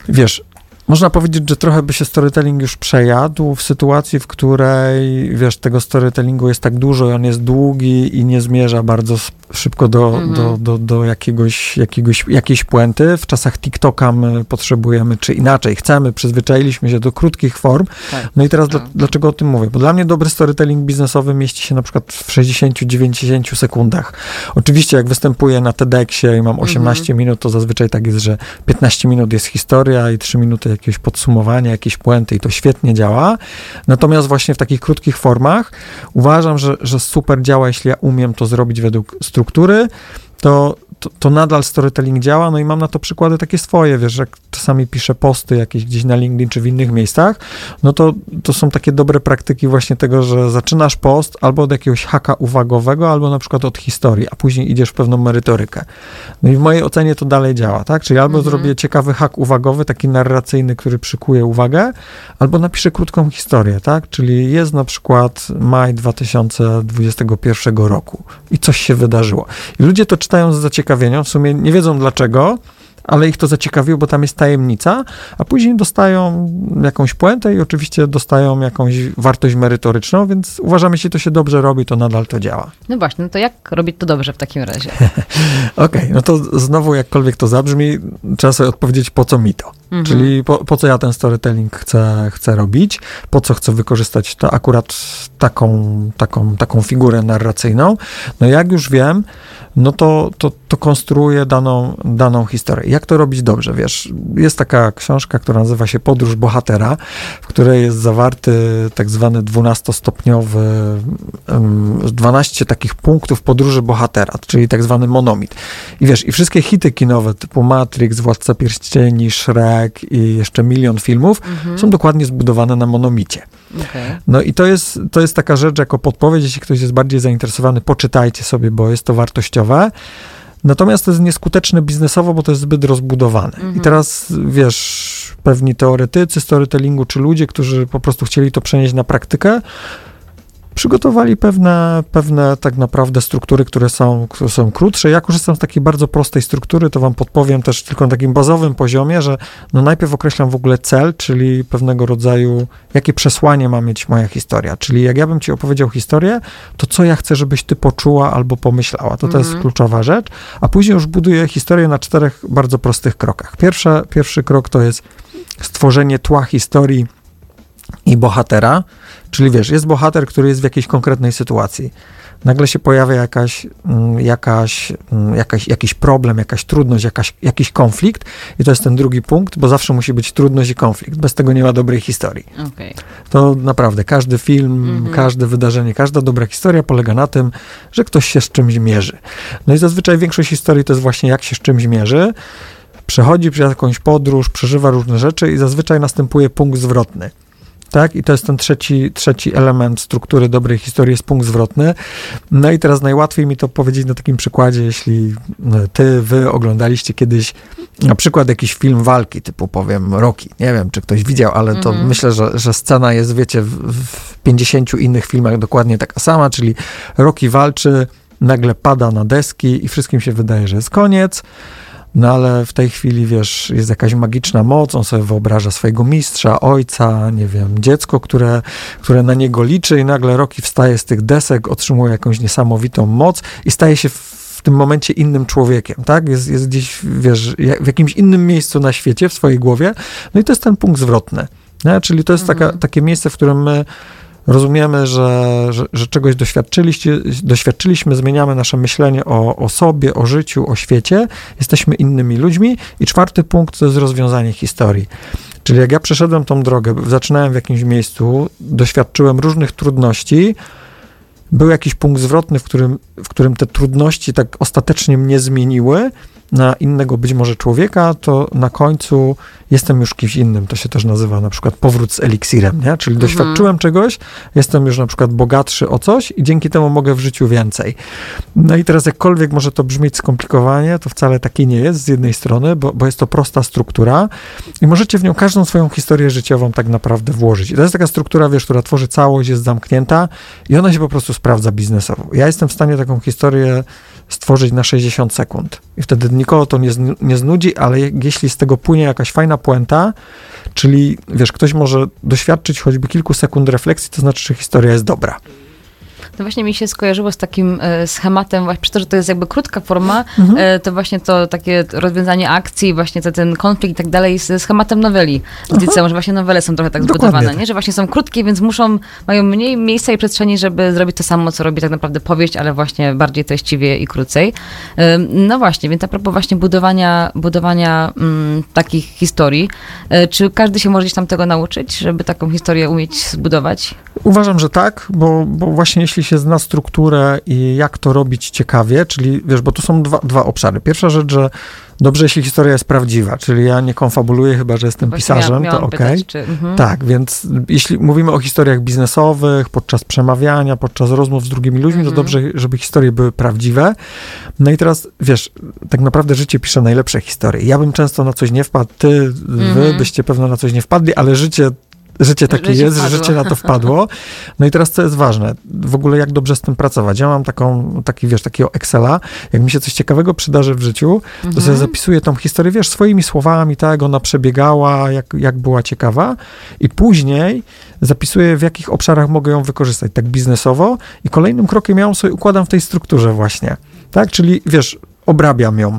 Wiesz, można powiedzieć, że trochę by się storytelling już przejadł w sytuacji, w której, wiesz, tego storytellingu jest tak dużo i on jest długi i nie zmierza bardzo szybko do jakiejś puenty. W czasach TikToka my potrzebujemy, czy inaczej, przyzwyczailiśmy się do krótkich form. Tak. No i teraz dlaczego o tym mówię? Bo dla mnie dobry storytelling biznesowy mieści się na przykład w 60-90 sekundach. Oczywiście jak występuję na TEDxie i mam 18 minut, to zazwyczaj tak jest, że 15 minut jest historia i 3 minuty jakieś podsumowanie, jakieś puenty i to świetnie działa. Natomiast właśnie w takich krótkich formach uważam, że super działa, jeśli ja umiem to zrobić według struktury, to nadal storytelling działa, no i mam na to przykłady takie swoje, wiesz, jak czasami piszę posty jakieś gdzieś na LinkedIn czy w innych miejscach, no to są takie dobre praktyki właśnie tego, że zaczynasz post albo od jakiegoś haka uwagowego, albo na przykład od historii, a później idziesz w pewną merytorykę. No i w mojej ocenie to dalej działa, tak? Czyli albo zrobię ciekawy hak uwagowy, taki narracyjny, który przykuje uwagę, albo napiszę krótką historię, tak? Czyli jest na przykład maj 2021 roku i coś się wydarzyło. I ludzie to czytają z zaciekawieniem, w sumie nie wiedzą dlaczego, ale ich to zaciekawiło, bo tam jest tajemnica, a później dostają jakąś puentę i oczywiście dostają jakąś wartość merytoryczną, więc uważam, jeśli to się dobrze robi, to nadal to działa. No właśnie, no to jak robić to dobrze w takim razie? Okej, no to znowu jakkolwiek to zabrzmi, trzeba sobie odpowiedzieć, po co mi to. Czyli po co ja ten storytelling chcę robić, po co chcę wykorzystać to akurat taką figurę narracyjną. No jak już wiem, no to konstruuję daną historię. Jak to robić dobrze? Wiesz, jest taka książka, która nazywa się Podróż bohatera, w której jest zawarty tak zwany 12-stopniowy, 12 takich punktów podróży bohatera, czyli tak zwany monomit. I wiesz, i wszystkie hity kinowe typu Matrix, Władca Pierścieni, Shrek i jeszcze milion filmów są dokładnie zbudowane na monomicie. Okay. No i to jest taka rzecz jako podpowiedź, jeśli ktoś jest bardziej zainteresowany, poczytajcie sobie, bo jest to wartościowe. Natomiast to jest nieskuteczne biznesowo, bo to jest zbyt rozbudowane. I teraz, wiesz, pewni teoretycy storytellingu, czy ludzie, którzy po prostu chcieli to przenieść na praktykę, przygotowali pewne tak naprawdę struktury, które są krótsze. Ja korzystam z takiej bardzo prostej struktury, to wam podpowiem też tylko na takim bazowym poziomie, że no najpierw określam w ogóle cel, czyli pewnego rodzaju, jakie przesłanie ma mieć moja historia. Czyli jak ja bym ci opowiedział historię, to co ja chcę, żebyś ty poczuła albo pomyślała. To jest kluczowa rzecz. A później już buduję historię na 4 bardzo prostych krokach. Pierwszy krok to jest stworzenie tła historii i bohatera, czyli wiesz, jest bohater, który jest w jakiejś konkretnej sytuacji. Nagle się pojawia jakiś problem, jakaś trudność, jakiś konflikt i to jest ten drugi punkt, bo zawsze musi być trudność i konflikt. Bez tego nie ma dobrej historii. Okay. To naprawdę każdy film, każde wydarzenie, każda dobra historia polega na tym, że ktoś się z czymś mierzy. No i zazwyczaj większość historii to jest właśnie jak się z czymś mierzy, przechodzi przez jakąś podróż, przeżywa różne rzeczy i zazwyczaj następuje punkt zwrotny. Tak? I to jest ten trzeci element struktury dobrej historii, jest punkt zwrotny. No i teraz najłatwiej mi to powiedzieć na takim przykładzie, jeśli wy oglądaliście kiedyś na przykład jakiś film walki, typu powiem Rocky. Nie wiem, czy ktoś widział, ale to myślę, że scena jest, wiecie, w 50 innych filmach dokładnie taka sama, czyli Rocky walczy, nagle pada na deski i wszystkim się wydaje, że jest koniec. No ale w tej chwili, wiesz, jest jakaś magiczna moc, on sobie wyobraża swojego mistrza, ojca, nie wiem, dziecko, które na niego liczy i nagle Rocky wstaje z tych desek, otrzymuje jakąś niesamowitą moc i staje się w tym momencie innym człowiekiem, tak? Jest gdzieś, wiesz, w jakimś innym miejscu na świecie, w swojej głowie. No i to jest ten punkt zwrotny. Nie? Czyli to jest takie miejsce, w którym my rozumiemy, że czegoś doświadczyliśmy, zmieniamy nasze myślenie o sobie, o życiu, o świecie, jesteśmy innymi ludźmi. I 4 punkt to jest rozwiązanie historii. Czyli jak ja przeszedłem tą drogę, zaczynałem w jakimś miejscu, doświadczyłem różnych trudności, był jakiś punkt zwrotny, w którym te trudności tak ostatecznie mnie zmieniły na innego być może człowieka, to na końcu jestem już kimś innym. To się też nazywa na przykład powrót z eliksirem, nie? Czyli doświadczyłem czegoś, jestem już na przykład bogatszy o coś i dzięki temu mogę w życiu więcej. No i teraz jakkolwiek może to brzmieć skomplikowanie, to wcale taki nie jest z jednej strony, bo jest to prosta struktura i możecie w nią każdą swoją historię życiową tak naprawdę włożyć. I to jest taka struktura, wiesz, która tworzy całość, jest zamknięta i ona się po prostu sprawdza biznesowo. Ja jestem w stanie taką historię stworzyć na 60 sekund. I wtedy nikogo to nie znudzi, ale jeśli z tego płynie jakaś fajna puenta, czyli wiesz, ktoś może doświadczyć choćby kilku sekund refleksji, to znaczy, że historia jest dobra. To właśnie mi się skojarzyło z takim schematem, właśnie przez to, że to jest jakby krótka forma, to właśnie to takie rozwiązanie akcji, właśnie ten konflikt i tak dalej z schematem noweli z liceum, że właśnie nowele są trochę tak zbudowane, nie? Że właśnie są krótkie, więc mają mniej miejsca i przestrzeni, żeby zrobić to samo, co robi tak naprawdę powieść, ale właśnie bardziej treściwie i krócej. No właśnie, więc a propos właśnie budowania takich historii, czy każdy się może gdzieś tam tego nauczyć, żeby taką historię umieć zbudować? Uważam, że tak, bo właśnie jeśli się zna strukturę i jak to robić ciekawie, czyli wiesz, bo tu są dwa obszary. Pierwsza rzecz, że dobrze, jeśli historia jest prawdziwa, czyli ja nie konfabuluję, chyba że jestem pisarzem, to okej. Tak, więc jeśli mówimy o historiach biznesowych, podczas przemawiania, podczas rozmów z drugimi ludźmi, to dobrze, żeby historie były prawdziwe. No i teraz, wiesz, tak naprawdę życie pisze najlepsze historie. Ja bym często na coś nie wpadł, wy byście pewno na coś nie wpadli, ale życie takie jest, że życie na to wpadło. No i teraz co jest ważne? W ogóle jak dobrze z tym pracować? Ja mam takiego Excela. Jak mi się coś ciekawego przydarzy w życiu, to sobie zapisuję tą historię, wiesz, swoimi słowami, tak, jak ona przebiegała, jak była ciekawa i później zapisuję, w jakich obszarach mogę ją wykorzystać, tak biznesowo i kolejnym krokiem ja ją sobie układam w tej strukturze właśnie, tak, czyli wiesz, obrabiam ją.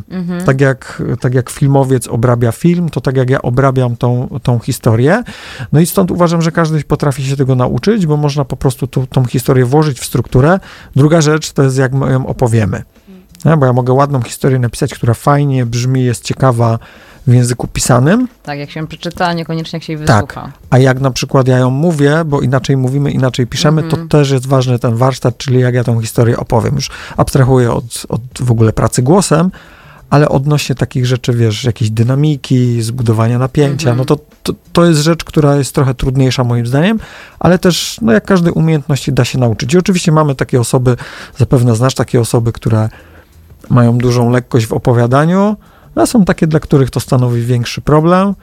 Tak jak filmowiec obrabia film, to tak jak ja obrabiam tą historię. No i stąd uważam, że każdy potrafi się tego nauczyć, bo można po prostu tą historię włożyć w strukturę. Druga rzecz to jest, jak my ją opowiemy. Bo ja mogę ładną historię napisać, która fajnie brzmi, jest ciekawa w języku pisanym. Tak, jak się ją przeczyta, niekoniecznie jak się jej wysłucha. Tak, a jak na przykład ja ją mówię, bo inaczej mówimy, inaczej piszemy, to też jest ważny ten warsztat, czyli jak ja tą historię opowiem. Już abstrahuję od w ogóle pracy głosem, ale odnośnie takich rzeczy, wiesz, jakiejś dynamiki, zbudowania napięcia, no to jest rzecz, która jest trochę trudniejsza moim zdaniem, ale też, no jak każdej umiejętności da się nauczyć. I oczywiście mamy takie osoby, zapewne znasz takie osoby, które mają dużą lekkość w opowiadaniu, a są takie, dla których to stanowi większy problem,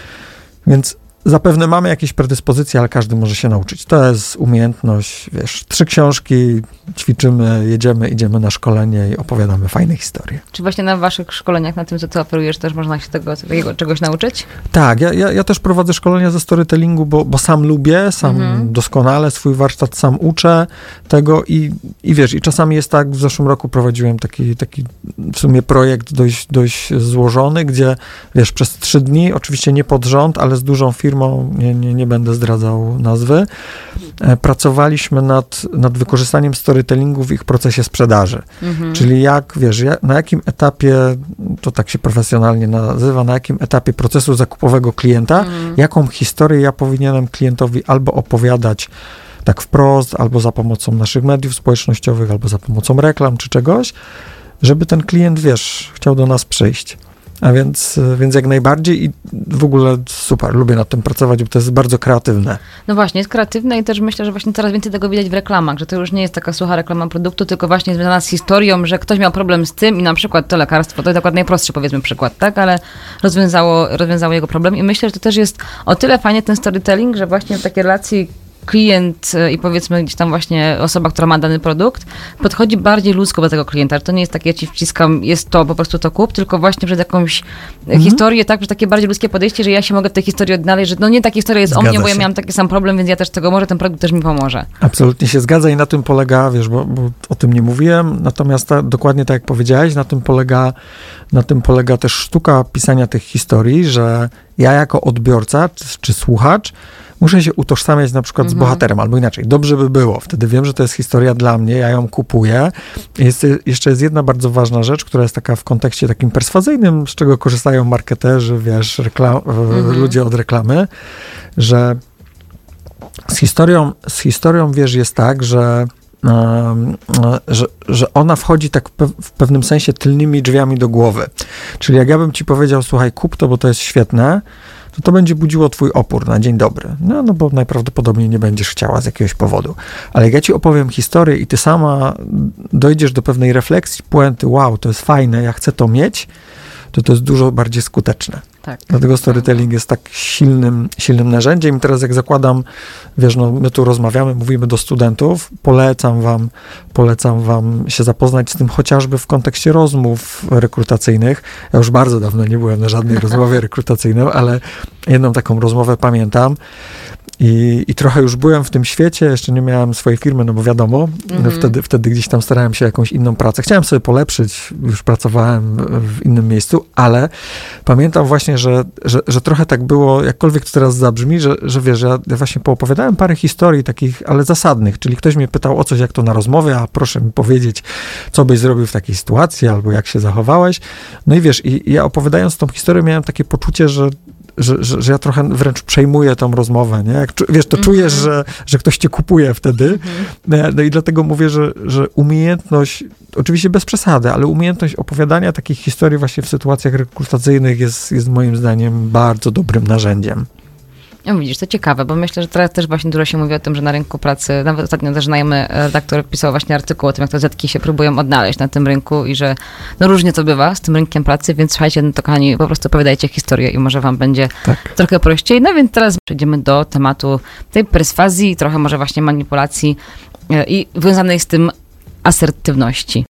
więc zapewne mamy jakieś predyspozycje, ale każdy może się nauczyć. To jest umiejętność, wiesz, 3 książki, ćwiczymy, idziemy na szkolenie i opowiadamy fajne historie. Czy właśnie na waszych szkoleniach, na tym, co ty oferujesz, też można się takiego czegoś nauczyć? Tak, ja też prowadzę szkolenia ze storytellingu, bo sam lubię, doskonale swój warsztat sam uczę tego i wiesz, i czasami jest tak, w zeszłym roku prowadziłem taki w sumie projekt dość złożony, gdzie, wiesz, przez 3 dni, oczywiście nie pod rząd, ale z dużą firmą, nie będę zdradzał nazwy, pracowaliśmy nad wykorzystaniem storytellingu w ich procesie sprzedaży. Czyli na jakim etapie, to tak się profesjonalnie nazywa, na jakim etapie procesu zakupowego klienta, jaką historię ja powinienem klientowi albo opowiadać tak wprost, albo za pomocą naszych mediów społecznościowych, albo za pomocą reklam czy czegoś, żeby ten klient, wiesz, chciał do nas przyjść. A więc jak najbardziej i w ogóle super, lubię nad tym pracować, bo to jest bardzo kreatywne. No właśnie, jest kreatywne i też myślę, że właśnie coraz więcej tego widać w reklamach, że to już nie jest taka sucha reklama produktu, tylko właśnie związana z historią, że ktoś miał problem z tym i na przykład to lekarstwo, to jest akurat najprostszy powiedzmy przykład, tak, ale rozwiązało jego problem i myślę, że to też jest o tyle fajnie ten storytelling, że właśnie w takiej relacji klient i powiedzmy gdzieś tam właśnie osoba, która ma dany produkt, podchodzi bardziej ludzko do tego klienta, że to nie jest takie, ja ci wciskam, jest to, po prostu to kup, tylko właśnie przez jakąś historię, tak, że takie bardziej ludzkie podejście, że ja się mogę w tej historii odnaleźć, że no nie, ta historia jest o mnie, bo ja miałam taki sam problem, więc ja też tego może, ten produkt też mi pomoże. Absolutnie się zgadza i na tym polega, wiesz, bo o tym nie mówiłem, natomiast dokładnie tak jak powiedziałeś, na tym polega też sztuka pisania tych historii, że ja jako odbiorca czy słuchacz muszę się utożsamiać na przykład z bohaterem, albo inaczej, dobrze by było. Wtedy wiem, że to jest historia dla mnie, ja ją kupuję. Jeszcze jest jedna bardzo ważna rzecz, która jest taka w kontekście takim perswazyjnym, z czego korzystają marketerzy, wiesz, ludzie od reklamy, że z historią, wiesz, jest tak, że ona wchodzi tak w pewnym sensie tylnymi drzwiami do głowy. Czyli jak ja bym ci powiedział, słuchaj, kup to, bo to jest świetne, to będzie budziło twój opór na dzień dobry. No bo najprawdopodobniej nie będziesz chciała z jakiegoś powodu. Ale jak ja ci opowiem historię i ty sama dojdziesz do pewnej refleksji, puenty, wow, to jest fajne, ja chcę to mieć, to jest dużo bardziej skuteczne. Tak. Dlatego storytelling jest tak silnym narzędziem. I teraz jak zakładam, wiesz, no my tu rozmawiamy, mówimy do studentów, polecam wam się zapoznać z tym chociażby w kontekście rozmów rekrutacyjnych. Ja już bardzo dawno nie byłem na żadnej rozmowie rekrutacyjnej, ale jedną taką rozmowę pamiętam. I trochę już byłem w tym świecie, jeszcze nie miałem swojej firmy, no bo wiadomo, wtedy gdzieś tam starałem się jakąś inną pracę. Chciałem sobie polepszyć, już pracowałem w innym miejscu, ale pamiętam właśnie, że trochę tak było, jakkolwiek to teraz zabrzmi, że wiesz, ja właśnie poopowiadałem parę historii takich, ale zasadnych, czyli ktoś mnie pytał o coś, jak to na rozmowie, a proszę mi powiedzieć, co byś zrobił w takiej sytuacji, albo jak się zachowałeś. No i wiesz, i ja opowiadając tą historię miałem takie poczucie, że ja trochę wręcz przejmuję tą rozmowę, nie? Jak, wiesz, to czujesz, że ktoś cię kupuje wtedy. No i dlatego mówię, że umiejętność, oczywiście bez przesady, ale umiejętność opowiadania takich historii właśnie w sytuacjach rekrutacyjnych jest moim zdaniem bardzo dobrym narzędziem. No widzisz, to ciekawe, bo myślę, że teraz też właśnie dużo się mówi o tym, że na rynku pracy, nawet ostatnio też znajomy redaktor pisał właśnie artykuł o tym, jak to zetki się próbują odnaleźć na tym rynku i że no różnie to bywa z tym rynkiem pracy, więc słuchajcie, no to kochani, po prostu opowiadajcie historię i może wam będzie trochę prościej. No więc teraz przejdziemy do tematu tej perswazji, trochę może właśnie manipulacji i związanej z tym asertywności.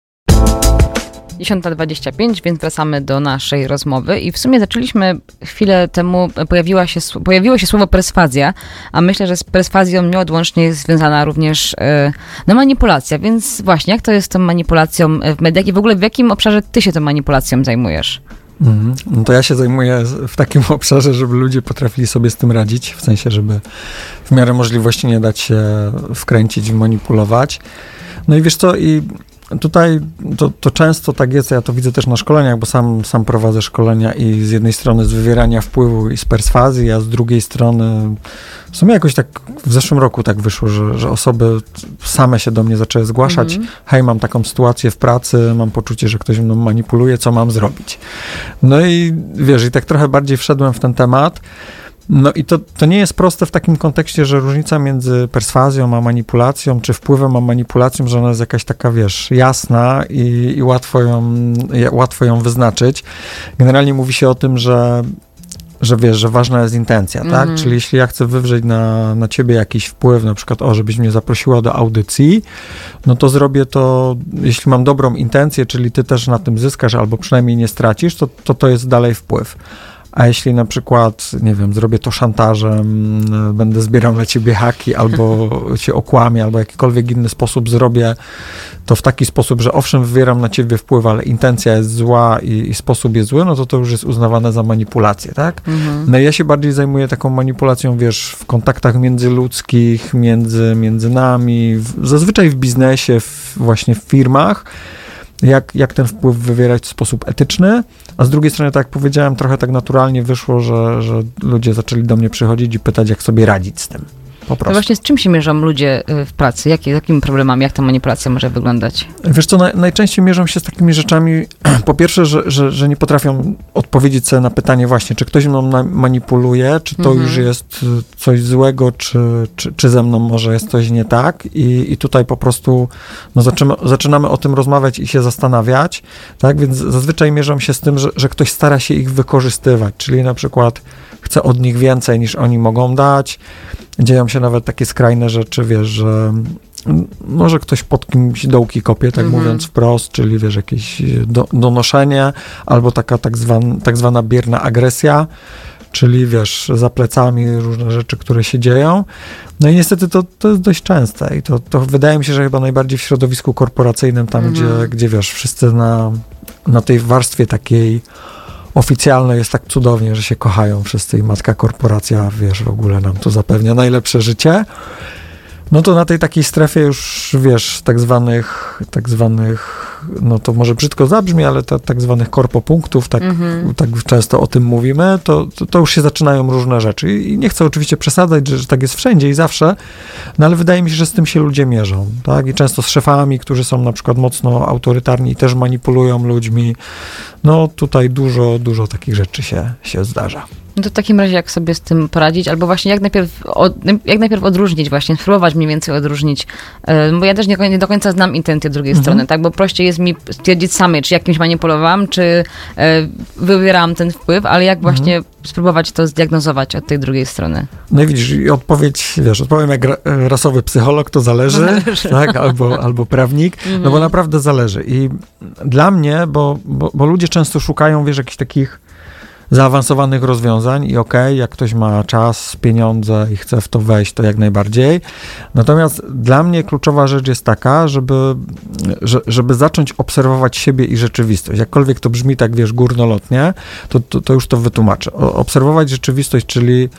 10:25, więc wracamy do naszej rozmowy i w sumie zaczęliśmy chwilę temu, pojawiło się słowo perswazja, a myślę, że z perswazją nieodłącznie jest związana również manipulacja, więc właśnie, jak to jest z tą manipulacją w mediach i w ogóle w jakim obszarze ty się tą manipulacją zajmujesz? No to ja się zajmuję w takim obszarze, żeby ludzie potrafili sobie z tym radzić, w sensie, żeby w miarę możliwości nie dać się wkręcić, manipulować. No i wiesz co, i tutaj to często tak jest, ja to widzę też na szkoleniach, bo sam prowadzę szkolenia i z jednej strony z wywierania wpływu i z perswazji, a z drugiej strony w sumie jakoś tak w zeszłym roku tak wyszło, że osoby same się do mnie zaczęły zgłaszać, hej, mam taką sytuację w pracy, mam poczucie, że ktoś mną manipuluje, co mam zrobić? No i wiesz, i tak trochę bardziej wszedłem w ten temat. No i to nie jest proste w takim kontekście, że różnica między perswazją a manipulacją, czy wpływem a manipulacją, że ona jest jakaś taka, wiesz, jasna i łatwo ją wyznaczyć. Generalnie mówi się o tym, że wiesz, że ważna jest intencja, tak? Czyli jeśli ja chcę wywrzeć na ciebie jakiś wpływ, na przykład, żebyś mnie zaprosiła do audycji, no to zrobię to, jeśli mam dobrą intencję, czyli ty też na tym zyskasz, albo przynajmniej nie stracisz, to jest dalej wpływ. A jeśli na przykład, nie wiem, zrobię to szantażem, będę zbierał na ciebie haki, albo cię okłamię, albo jakikolwiek inny sposób zrobię to w taki sposób, że owszem, wywieram na ciebie wpływ, ale intencja jest zła i sposób jest zły, no to już jest uznawane za manipulację, tak? No i ja się bardziej zajmuję taką manipulacją, wiesz, w kontaktach międzyludzkich, między nami, zazwyczaj w biznesie, właśnie w firmach, jak ten wpływ wywierać w sposób etyczny, a z drugiej strony, tak jak powiedziałem, trochę tak naturalnie wyszło, że ludzie zaczęli do mnie przychodzić i pytać, jak sobie radzić z tym. Po prostu. To właśnie z czym się mierzą ludzie w pracy? Jakimi problemami? Jak ta manipulacja może wyglądać? Wiesz co, najczęściej mierzą się z takimi rzeczami, po pierwsze, że nie potrafią odpowiedzieć sobie na pytanie właśnie, czy ktoś mną manipuluje, czy to już jest coś złego, czy ze mną może jest coś nie tak i tutaj po prostu zaczynamy o tym rozmawiać i się zastanawiać, tak, więc zazwyczaj mierzą się z tym, że ktoś stara się ich wykorzystywać, czyli na przykład chce od nich więcej niż oni mogą dać. Dzieją się nawet takie skrajne rzeczy, wiesz, że może ktoś pod kimś dołki kopie, tak mówiąc wprost, czyli wiesz, jakieś donoszenie, albo taka tak zwana bierna agresja, czyli wiesz, za plecami różne rzeczy, które się dzieją. No i niestety to jest dość częste i to wydaje mi się, że chyba najbardziej w środowisku korporacyjnym, tam gdzie wiesz, wszyscy na tej warstwie takiej oficjalne jest tak cudownie, że się kochają wszyscy i matka korporacja, wiesz, w ogóle nam tu zapewnia najlepsze życie. No to na tej takiej strefie już, wiesz, tak zwanych, no to może brzydko zabrzmi, ale tak zwanych korpopunktów, tak często o tym mówimy, to już się zaczynają różne rzeczy. I nie chcę oczywiście przesadzać, że tak jest wszędzie i zawsze, no ale wydaje mi się, że z tym się ludzie mierzą, tak? I często z szefami, którzy są na przykład mocno autorytarni i też manipulują ludźmi. No tutaj dużo takich rzeczy się zdarza. No to w takim razie jak sobie z tym poradzić, albo właśnie jak najpierw odróżnić właśnie, spróbować mniej więcej odróżnić, bo ja też nie do końca znam intencje drugiej strony, tak, bo prościej jest mi stwierdzić samej, czy jakimś manipulowałam, czy wywierałam ten wpływ, ale jak właśnie spróbować to zdiagnozować od tej drugiej strony. No i widzisz, odpowiem jak rasowy psycholog, to zależy. Tak, albo prawnik, no bo naprawdę zależy. I dla mnie, bo ludzie często szukają, jakichś takich zaawansowanych rozwiązań i jak ktoś ma czas, pieniądze i chce w to wejść, to jak najbardziej. Natomiast dla mnie kluczowa rzecz jest taka, żeby zacząć obserwować siebie i rzeczywistość. Jakkolwiek to brzmi tak, górnolotnie, to już to wytłumaczę. Obserwować rzeczywistość, czyli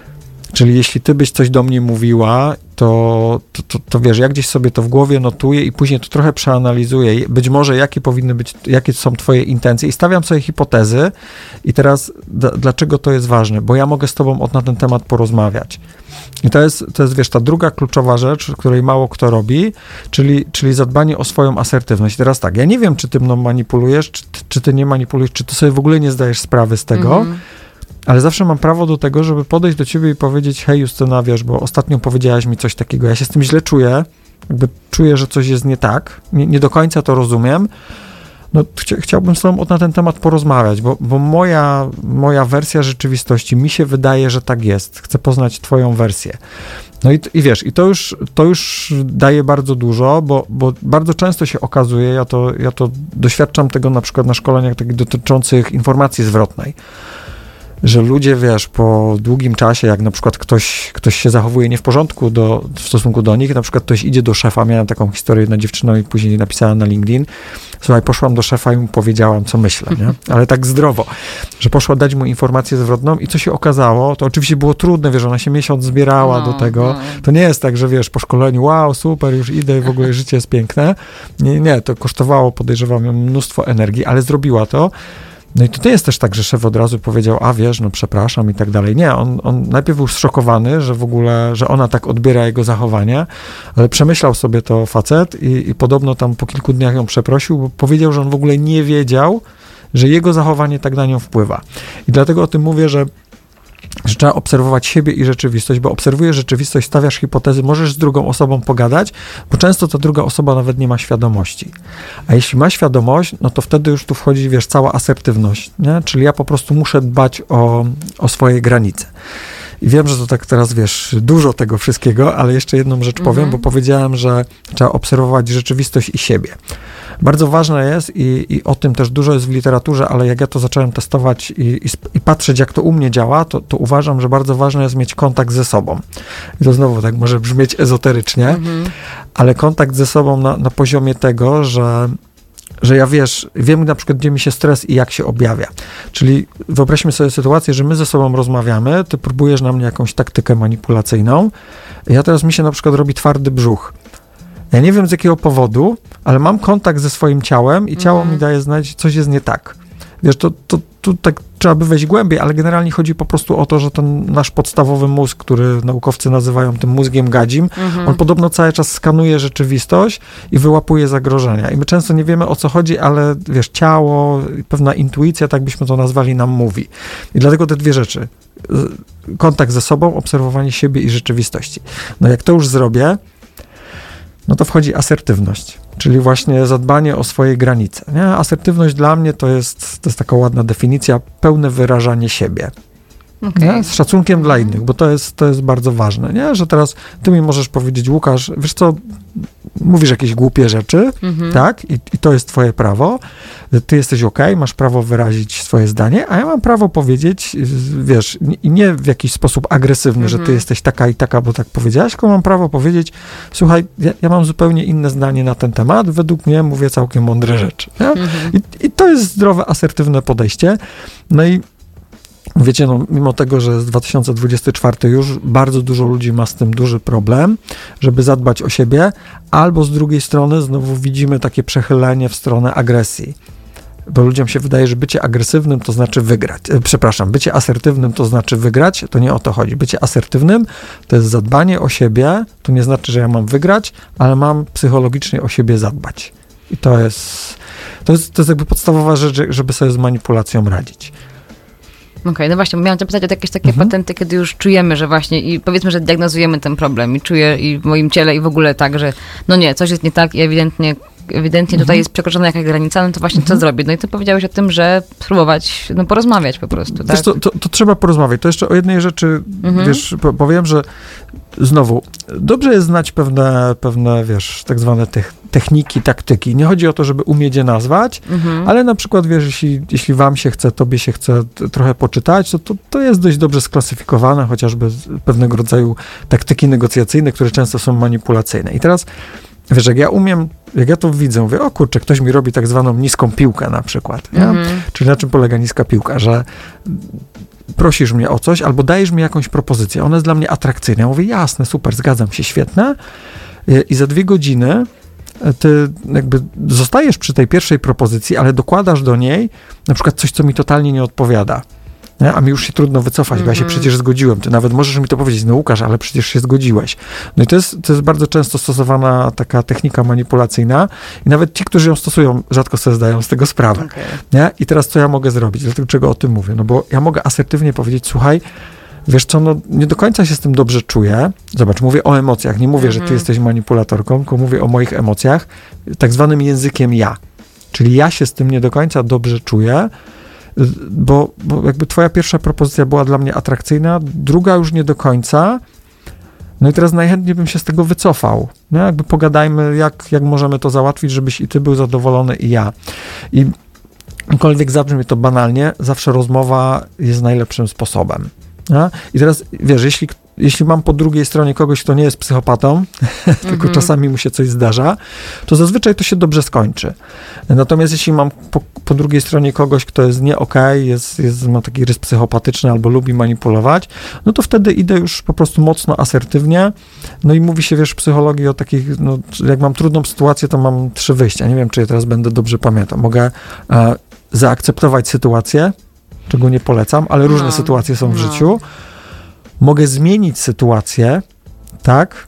jeśli ty byś coś do mnie mówiła, to ja gdzieś sobie to w głowie notuję i później to trochę przeanalizuję. Być może jakie są twoje intencje i stawiam sobie hipotezy. I teraz dlaczego to jest ważne? Bo ja mogę z tobą na ten temat porozmawiać. I to jest ta druga kluczowa rzecz, której mało kto robi, czyli zadbanie o swoją asertywność. I teraz tak, ja nie wiem, czy ty mną manipulujesz, czy ty nie manipulujesz, czy ty sobie w ogóle nie zdajesz sprawy z tego, ale zawsze mam prawo do tego, żeby podejść do ciebie i powiedzieć: hej Justyna, bo ostatnio powiedziałaś mi coś takiego, ja się z tym źle czuję, czuję, że coś jest nie tak, nie do końca to rozumiem, no chciałbym z tobą na ten temat porozmawiać, bo moja wersja rzeczywistości, mi się wydaje, że tak jest, chcę poznać twoją wersję. No i to już daje bardzo dużo, bo bardzo często się okazuje, ja to doświadczam tego na przykład na szkoleniach takich dotyczących informacji zwrotnej, że ludzie, po długim czasie, jak na przykład ktoś się zachowuje nie w porządku w stosunku do nich, na przykład ktoś idzie do szefa, miałem taką historię jedna dziewczyną i później napisała na LinkedIn, słuchaj, poszłam do szefa i mu powiedziałam, co myślę, nie? Ale tak zdrowo, że poszła dać mu informację zwrotną i co się okazało, to oczywiście było trudne, ona się miesiąc zbierała do tego, to nie jest tak, że po szkoleniu, wow, super, już idę i w ogóle życie jest piękne, nie, to kosztowało, podejrzewam, ją mnóstwo energii, ale zrobiła to. No i to nie jest też tak, że szef od razu powiedział: przepraszam i tak dalej. Nie, on najpierw był zszokowany, że w ogóle, że ona tak odbiera jego zachowanie, ale przemyślał sobie to facet i podobno tam po kilku dniach ją przeprosił, bo powiedział, że on w ogóle nie wiedział, że jego zachowanie tak na nią wpływa. I dlatego o tym mówię, że trzeba obserwować siebie i rzeczywistość, bo obserwujesz rzeczywistość, stawiasz hipotezy, możesz z drugą osobą pogadać, bo często ta druga osoba nawet nie ma świadomości. A jeśli ma świadomość, no to wtedy już tu wchodzi, cała asertywność, nie? Czyli ja po prostu muszę dbać o swoje granice. I wiem, że to tak teraz, dużo tego wszystkiego, ale jeszcze jedną rzecz powiem, bo powiedziałem, że trzeba obserwować rzeczywistość i siebie. Bardzo ważne jest i o tym też dużo jest w literaturze, ale jak ja to zacząłem testować i patrzeć, jak to u mnie działa, to uważam, że bardzo ważne jest mieć kontakt ze sobą. I to znowu tak może brzmieć ezoterycznie, ale kontakt ze sobą na poziomie tego, że ja wiem na przykład, gdzie mi się stres i jak się objawia. Czyli wyobraźmy sobie sytuację, że my ze sobą rozmawiamy, ty próbujesz na mnie jakąś taktykę manipulacyjną, ja teraz mi się na przykład robi twardy brzuch. Ja nie wiem z jakiego powodu, ale mam kontakt ze swoim ciałem i ciało mi daje znać, że coś jest nie tak. Tu tak trzeba by wejść głębiej, ale generalnie chodzi po prostu o to, że ten nasz podstawowy mózg, który naukowcy nazywają tym mózgiem gadzim, on podobno cały czas skanuje rzeczywistość i wyłapuje zagrożenia. I my często nie wiemy, o co chodzi, ale ciało, pewna intuicja, tak byśmy to nazwali, nam mówi. I dlatego te dwie rzeczy. Kontakt ze sobą, obserwowanie siebie i rzeczywistości. No jak to już zrobię, no to wchodzi asertywność, czyli właśnie zadbanie o swoje granice. Nie? Asertywność dla mnie to jest taka ładna definicja, pełne wyrażanie siebie. Okay. Z szacunkiem dla innych, bo to jest bardzo ważne, nie? Że teraz ty mi możesz powiedzieć: Łukasz, wiesz co, mówisz jakieś głupie rzeczy, tak? I to jest twoje prawo, ty jesteś okej, masz prawo wyrazić swoje zdanie, a ja mam prawo powiedzieć, nie w jakiś sposób agresywny, że ty jesteś taka i taka, bo tak powiedziałaś, tylko mam prawo powiedzieć: słuchaj, ja mam zupełnie inne zdanie na ten temat, według mnie mówię całkiem mądre rzeczy. Nie? I to jest zdrowe, asertywne podejście. No i wiecie, mimo tego, że jest 2024 już, bardzo dużo ludzi ma z tym duży problem, żeby zadbać o siebie, albo z drugiej strony znowu widzimy takie przechylenie w stronę agresji. Bo ludziom się wydaje, że bycie agresywnym to znaczy wygrać. Bycie asertywnym to znaczy wygrać, to nie o to chodzi. Bycie asertywnym to jest zadbanie o siebie, to nie znaczy, że ja mam wygrać, ale mam psychologicznie o siebie zadbać. I to jest jakby podstawowa rzecz, żeby sobie z manipulacją radzić. Okej, no właśnie, miałam cię pytać o jakieś takie patenty, kiedy już czujemy, że właśnie i powiedzmy, że diagnozujemy ten problem i czuję i w moim ciele i w ogóle tak, że no nie, coś jest nie tak i ewidentnie tutaj jest przekroczona jakaś granica, no to właśnie co zrobić? No i ty powiedziałeś o tym, że spróbować, no porozmawiać po prostu, tak? Wiesz, to trzeba porozmawiać. To jeszcze o jednej rzeczy, wiesz, powiem, że znowu, dobrze jest znać pewne wiesz, tak zwane techniki, taktyki. Nie chodzi o to, żeby umieć je nazwać, ale na przykład, wiesz, jeśli wam się chce, tobie się chce trochę poczytać, to jest dość dobrze sklasyfikowane, chociażby pewnego rodzaju taktyki negocjacyjne, które często są manipulacyjne. I teraz, wiesz, jak ja to widzę, mówię, o kurczę, ktoś mi robi tak zwaną niską piłkę na przykład. Nie? Czyli na czym polega niska piłka? Że prosisz mnie o coś albo dajesz mi jakąś propozycję, ona jest dla mnie atrakcyjna. Ja mówię, jasne, super, zgadzam się, świetne. I za 2 godziny ty jakby zostajesz przy tej pierwszej propozycji, ale dokładasz do niej na przykład coś, co mi totalnie nie odpowiada. Nie? A mi już się trudno wycofać, bo ja się przecież zgodziłem. Ty nawet możesz mi to powiedzieć, no Łukasz, ale przecież się zgodziłeś. No i to jest bardzo często stosowana taka technika manipulacyjna i nawet ci, którzy ją stosują, rzadko sobie zdają z tego sprawę. Okay. Nie? I teraz co ja mogę zrobić? Dlaczego o tym mówię? No bo ja mogę asertywnie powiedzieć, słuchaj, wiesz co, no nie do końca się z tym dobrze czuję. Zobacz, mówię o emocjach, nie mówię, że ty jesteś manipulatorką, tylko mówię o moich emocjach, tak zwanym językiem ja. Czyli ja się z tym nie do końca dobrze czuję, bo jakby twoja pierwsza propozycja była dla mnie atrakcyjna, druga już nie do końca. No i teraz najchętniej bym się z tego wycofał. No jakby pogadajmy, jak możemy to załatwić, żebyś i ty był zadowolony i ja. I jakkolwiek zabrzmi to banalnie, zawsze rozmowa jest najlepszym sposobem. No? I teraz, wiesz, jeśli mam po drugiej stronie kogoś, kto nie jest psychopatą, tylko czasami mu się coś zdarza, to zazwyczaj to się dobrze skończy. Natomiast jeśli mam po drugiej stronie kogoś, kto jest nie okej, ma taki rys psychopatyczny albo lubi manipulować, no to wtedy idę już po prostu mocno asertywnie. No i mówi się, wiesz, w psychologii o takich, no, jak mam trudną sytuację, to mam 3 wyjścia. Nie wiem, czy ja teraz będę dobrze pamiętał. Mogę zaakceptować sytuację, czego nie polecam, ale różne sytuacje są w życiu. Mogę zmienić sytuację, tak?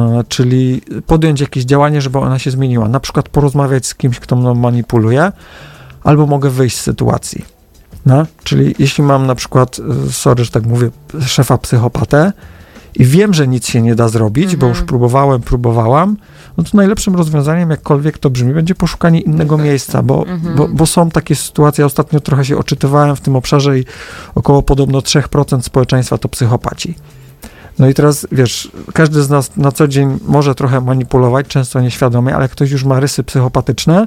Czyli podjąć jakieś działanie, żeby ona się zmieniła. Na przykład porozmawiać z kimś, kto mną manipuluje, albo mogę wyjść z sytuacji. No? Czyli jeśli mam na przykład, sorry, że tak mówię, szefa psychopatę i wiem, że nic się nie da zrobić, bo już próbowałam, no to najlepszym rozwiązaniem, jakkolwiek to brzmi, będzie poszukanie innego miejsca, bo są takie sytuacje, ostatnio trochę się oczytywałem w tym obszarze i około podobno 3% społeczeństwa to psychopaci. No i teraz, wiesz, każdy z nas na co dzień może trochę manipulować, często nieświadomie, ale jak ktoś już ma rysy psychopatyczne,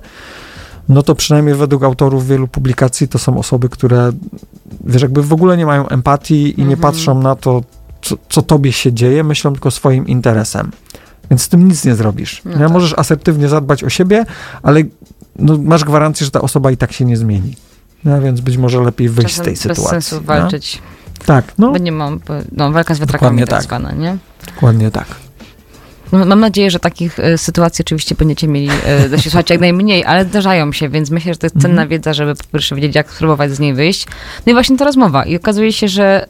no to przynajmniej według autorów wielu publikacji to są osoby, które, wiesz, jakby w ogóle nie mają empatii i nie patrzą na to, co tobie się dzieje, myślą tylko swoim interesem. Więc z tym nic nie zrobisz. No tak. Możesz asertywnie zadbać o siebie, ale no, masz gwarancję, że ta osoba i tak się nie zmieni. No, więc być może lepiej wyjść czasem z tej sytuacji. Bez sensu walczyć. Tak. No. Bo nie mam, walka z wiatrakami tak zwana, nie? Dokładnie tak. No, mam nadzieję, że takich sytuacji oczywiście będziecie mieli słuchać jak najmniej, ale zdarzają się, więc myślę, że to jest cenna wiedza, żeby po pierwsze wiedzieć, jak spróbować z niej wyjść. No i właśnie ta rozmowa. I okazuje się, że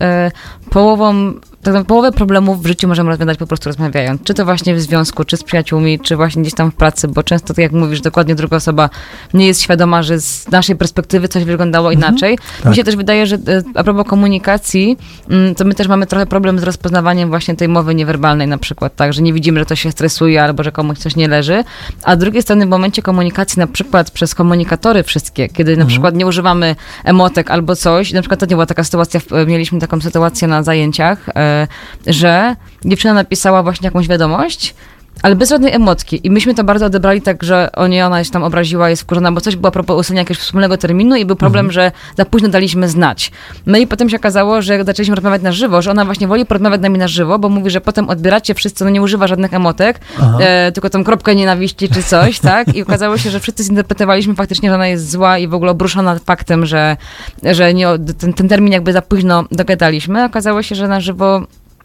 połowę problemów w życiu możemy rozwiązać po prostu rozmawiając. Czy to właśnie w związku, czy z przyjaciółmi, czy właśnie gdzieś tam w pracy, bo często, tak jak mówisz, dokładnie druga osoba nie jest świadoma, że z naszej perspektywy coś wyglądało inaczej. Tak. Mi się też wydaje, że a propos komunikacji, to my też mamy trochę problem z rozpoznawaniem właśnie tej mowy niewerbalnej na przykład, tak, że nie widzimy, że ktoś się stresuje albo że komuś coś nie leży, a z drugiej strony w momencie komunikacji na przykład przez komunikatory wszystkie, kiedy na przykład nie używamy emotek albo coś, na przykład to nie była taka sytuacja, mieliśmy taką sytuację na zajęciach, że dziewczyna napisała właśnie jakąś wiadomość, ale bez żadnej emotki. I myśmy to bardzo odebrali tak, że ona się tam obraziła, jest wkurzona, bo coś było a propos ustalenia jakiegoś wspólnego terminu i był problem, że za późno daliśmy znać. No i potem się okazało, że zaczęliśmy rozmawiać na żywo, że ona właśnie woli porozmawiać z nami na żywo, bo mówi, że potem odbieracie wszyscy, nie używa żadnych emotek, tylko tą kropkę nienawiści czy coś, tak? I okazało się, że wszyscy zinterpretowaliśmy faktycznie, że ona jest zła i w ogóle obruszona faktem, że ten termin jakby za późno dogadaliśmy. Okazało się, że na żywo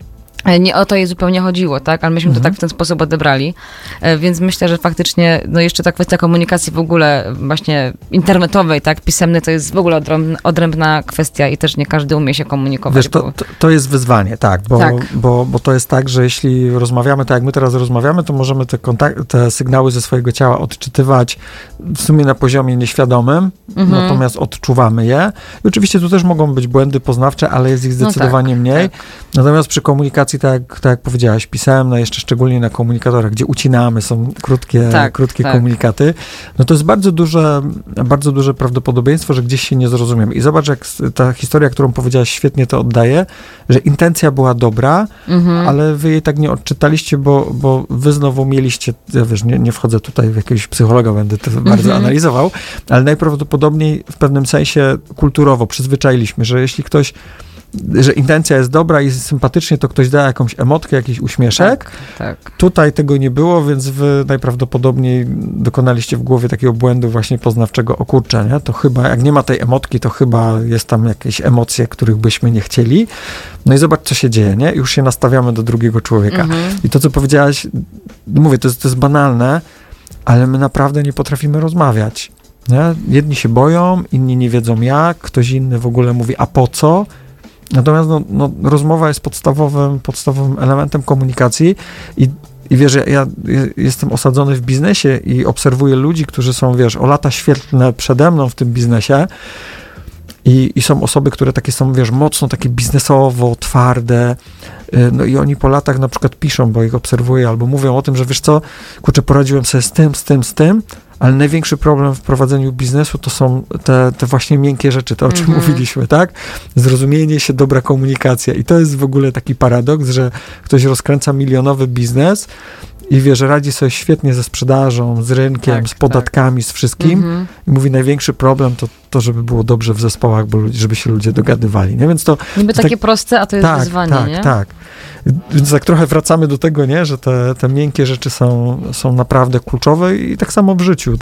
Nie o to jej zupełnie chodziło, tak? Ale myśmy to tak w ten sposób odebrali. Więc myślę, że faktycznie, no jeszcze ta kwestia komunikacji w ogóle właśnie internetowej, tak? Pisemnej, to jest w ogóle odrębna kwestia i też nie każdy umie się komunikować. Wiesz, to jest wyzwanie, tak, bo to jest tak, że jeśli rozmawiamy tak, jak my teraz rozmawiamy, to możemy te sygnały ze swojego ciała odczytywać w sumie na poziomie nieświadomym, natomiast odczuwamy je. I oczywiście tu też mogą być błędy poznawcze, ale jest ich zdecydowanie mniej. Tak. Natomiast przy komunikacji, tak jak powiedziałaś, pisemne, jeszcze szczególnie na komunikatorach, gdzie ucinamy, są krótkie komunikaty, no to jest bardzo duże prawdopodobieństwo, że gdzieś się nie zrozumiemy. I zobacz, jak ta historia, którą powiedziałaś, świetnie to oddaje, że intencja była dobra, ale wy jej tak nie odczytaliście, bo wy znowu mieliście, ja wiesz, nie wchodzę tutaj w jakiegoś psychologa, będę to bardzo analizował, ale najprawdopodobniej w pewnym sensie kulturowo przyzwyczailiśmy, że jeśli że intencja jest dobra i sympatycznie, to ktoś da jakąś emotkę, jakiś uśmieszek. Tak. Tutaj tego nie było, więc wy najprawdopodobniej dokonaliście w głowie takiego błędu właśnie poznawczego, o kurczę, nie? To chyba, jak nie ma tej emotki, to chyba jest tam jakieś emocje, których byśmy nie chcieli. No i zobacz, co się dzieje, nie? Już się nastawiamy do drugiego człowieka. I to, co powiedziałaś, mówię, to jest banalne, ale my naprawdę nie potrafimy rozmawiać. Nie? Jedni się boją, inni nie wiedzą jak, ktoś inny w ogóle mówi, a po co? Natomiast rozmowa jest podstawowym elementem komunikacji i wiesz, ja jestem osadzony w biznesie i obserwuję ludzi, którzy są, wiesz, o lata świetlne przede mną w tym biznesie i są osoby, które takie są, wiesz, mocno takie biznesowo, twarde, no i oni po latach na przykład piszą, bo ich obserwuję, albo mówią o tym, że wiesz co, kurczę, poradziłem sobie z tym, ale największy problem w prowadzeniu biznesu to są te właśnie miękkie rzeczy, to o czym mówiliśmy, tak? Zrozumienie się, dobra komunikacja. I to jest w ogóle taki paradoks, że ktoś rozkręca milionowy biznes i wie, że radzi sobie świetnie ze sprzedażą, z rynkiem, z podatkami, z wszystkim. I mówi, największy problem to, żeby było dobrze w zespołach, żeby się ludzie dogadywali, nie? Więc to... Niby takie proste, a to jest wyzwanie, nie? Tak. Więc tak trochę wracamy do tego, nie? Że te miękkie rzeczy są naprawdę kluczowe i tak samo w życiu.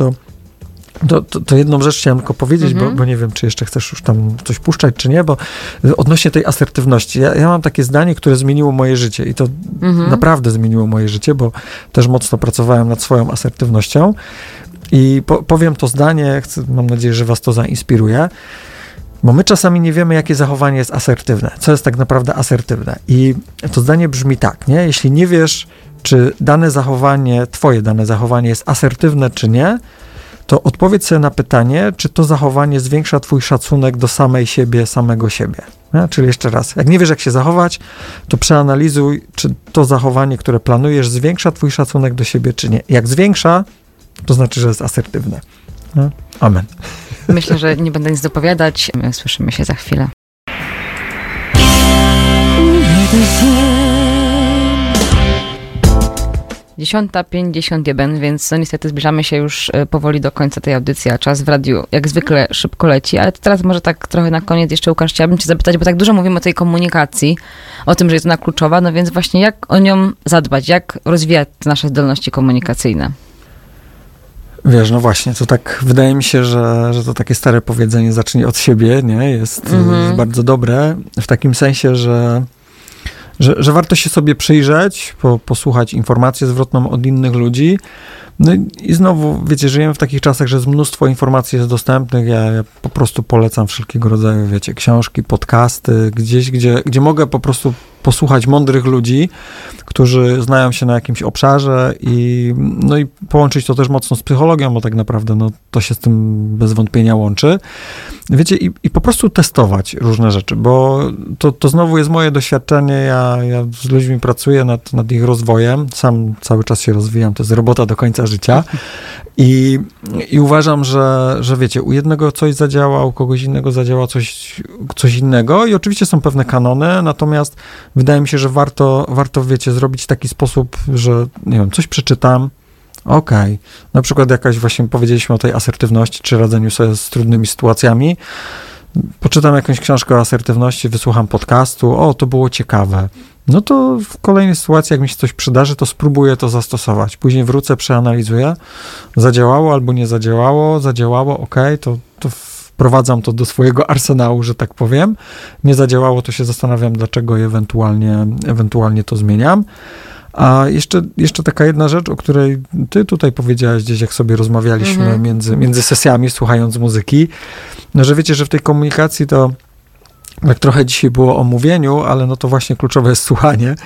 To jedną rzecz chciałem tylko powiedzieć, bo nie wiem, czy jeszcze chcesz już tam coś puszczać, czy nie, bo odnośnie tej asertywności. Ja mam takie zdanie, które zmieniło moje życie i to naprawdę zmieniło moje życie, bo też mocno pracowałem nad swoją asertywnością i powiem to zdanie, mam nadzieję, że was to zainspiruje, bo my czasami nie wiemy, jakie zachowanie jest asertywne, co jest tak naprawdę asertywne. I to zdanie brzmi tak, nie? Jeśli nie wiesz, czy twoje dane zachowanie jest asertywne, czy nie, to odpowiedz sobie na pytanie, czy to zachowanie zwiększa twój szacunek do samego siebie. Nie? Czyli jeszcze raz, jak nie wiesz, jak się zachować, to przeanalizuj, czy to zachowanie, które planujesz, zwiększa twój szacunek do siebie, czy nie. Jak zwiększa, to znaczy, że jest asertywne. Nie? Amen. Myślę, że nie będę nic dopowiadać. Słyszymy się za chwilę. 10:51, więc no niestety zbliżamy się już powoli do końca tej audycji, a czas w radiu jak zwykle szybko leci, ale teraz może tak trochę na koniec jeszcze, Łukasz, chciałabym cię zapytać, bo tak dużo mówimy o tej komunikacji, o tym, że jest ona kluczowa, no więc właśnie jak o nią zadbać, jak rozwijać nasze zdolności komunikacyjne? Wiesz, no właśnie, to tak wydaje mi się, że to takie stare powiedzenie zacznij od siebie, nie? Jest bardzo dobre w takim sensie, że warto się sobie przyjrzeć, posłuchać informację zwrotną od innych ludzi. No i znowu, wiecie, żyjemy w takich czasach, że mnóstwo informacji jest dostępnych. Ja po prostu polecam wszelkiego rodzaju, wiecie, książki, podcasty, gdzieś, gdzie mogę po prostu posłuchać mądrych ludzi, którzy znają się na jakimś obszarze i połączyć to też mocno z psychologią, bo tak naprawdę to się z tym bez wątpienia łączy. Wiecie, i po prostu testować różne rzeczy, bo to znowu jest moje doświadczenie. Ja z ludźmi pracuję nad ich rozwojem. Sam cały czas się rozwijam, to jest robota do końca życia. I uważam, że wiecie, u jednego coś zadziała, u kogoś innego zadziała coś innego i oczywiście są pewne kanony, natomiast wydaje mi się, że warto, wiecie, zrobić w taki sposób, że, nie wiem, coś przeczytam, okej. Na przykład jakaś właśnie, powiedzieliśmy o tej asertywności, czy radzeniu sobie z trudnymi sytuacjami, poczytam jakąś książkę o asertywności, wysłucham podcastu, to było ciekawe. No to w kolejnej sytuacji, jak mi się coś przydarzy, to spróbuję to zastosować. Później wrócę, przeanalizuję, zadziałało albo nie zadziałało, okej, to wprowadzam to do swojego arsenału, że tak powiem. Nie zadziałało, to się zastanawiam, dlaczego ewentualnie to zmieniam. A jeszcze taka jedna rzecz, o której ty tutaj powiedziałaś gdzieś, jak sobie rozmawialiśmy między sesjami, słuchając muzyki, no, że wiecie, że w tej komunikacji to tak trochę dzisiaj było o mówieniu, ale no to właśnie kluczowe jest słuchanie,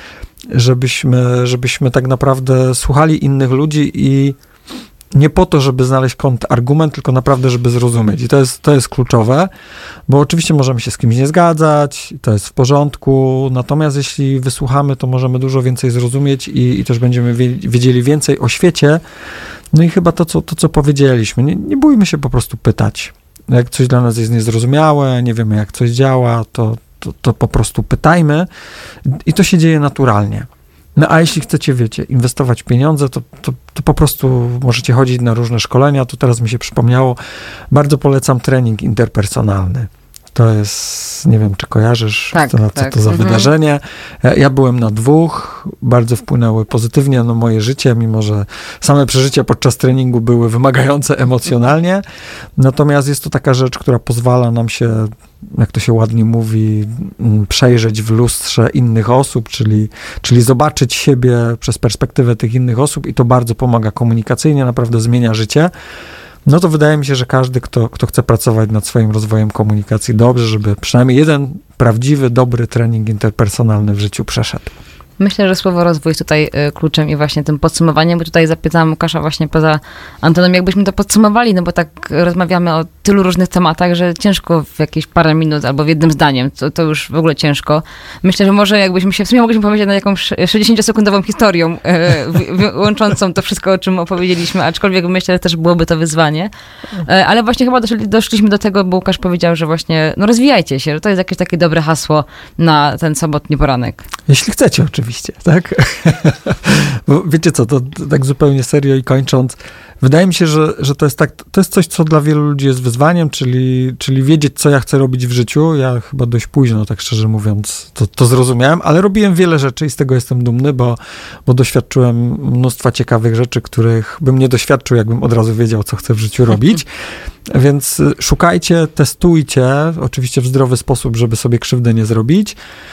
żebyśmy tak naprawdę słuchali innych ludzi i nie po to, żeby znaleźć kontrargument, tylko naprawdę, żeby zrozumieć. I to jest kluczowe, bo oczywiście możemy się z kimś nie zgadzać, to jest w porządku, natomiast jeśli wysłuchamy, to możemy dużo więcej zrozumieć i też będziemy wiedzieli więcej o świecie. No i chyba to, co powiedzieliśmy, nie bójmy się po prostu pytać. Jak coś dla nas jest niezrozumiałe, nie wiemy, jak coś działa, to po prostu pytajmy i to się dzieje naturalnie. No a jeśli chcecie, wiecie, inwestować pieniądze, to po prostu możecie chodzić na różne szkolenia. Tu teraz mi się przypomniało, bardzo polecam trening interpersonalny. To jest, nie wiem, czy kojarzysz, co to za wydarzenie. Ja byłem na 2, bardzo wpłynęły pozytywnie na moje życie, mimo że same przeżycia podczas treningu były wymagające emocjonalnie. Natomiast jest to taka rzecz, która pozwala nam się, jak to się ładnie mówi, przejrzeć w lustrze innych osób, czyli zobaczyć siebie przez perspektywę tych innych osób i to bardzo pomaga komunikacyjnie, naprawdę zmienia życie. No to wydaje mi się, że każdy, kto chce pracować nad swoim rozwojem komunikacji dobrze, żeby przynajmniej jeden prawdziwy, dobry trening interpersonalny w życiu przeszedł. Myślę, że słowo rozwój jest tutaj kluczem i właśnie tym podsumowaniem, bo tutaj zapytałam Łukasza właśnie poza anteną, jakbyśmy to podsumowali, no bo tak rozmawiamy o tylu różnych tematach, że ciężko w jakieś parę minut albo w jednym zdaniem, to już w ogóle ciężko. Myślę, że może jakbyśmy się, w sumie mogliśmy powiedzieć nad jakąś 60-sekundową historią łączącą to wszystko, o czym opowiedzieliśmy, aczkolwiek myślę, że też byłoby to wyzwanie. Ale właśnie chyba doszliśmy do tego, bo Łukasz powiedział, że właśnie no rozwijajcie się, że to jest jakieś takie dobre hasło na ten sobotni poranek. Jeśli chcecie, oczywiście. Tak? Bo wiecie co, to tak zupełnie serio i kończąc, wydaje mi się, że to jest coś, co dla wielu ludzi jest wyzwaniem, czyli wiedzieć, co ja chcę robić w życiu. Ja chyba dość późno, tak szczerze mówiąc, to zrozumiałem, ale robiłem wiele rzeczy i z tego jestem dumny, bo doświadczyłem mnóstwa ciekawych rzeczy, których bym nie doświadczył, jakbym od razu wiedział, co chcę w życiu robić. Więc szukajcie, testujcie, oczywiście w zdrowy sposób, żeby sobie krzywdę nie zrobić.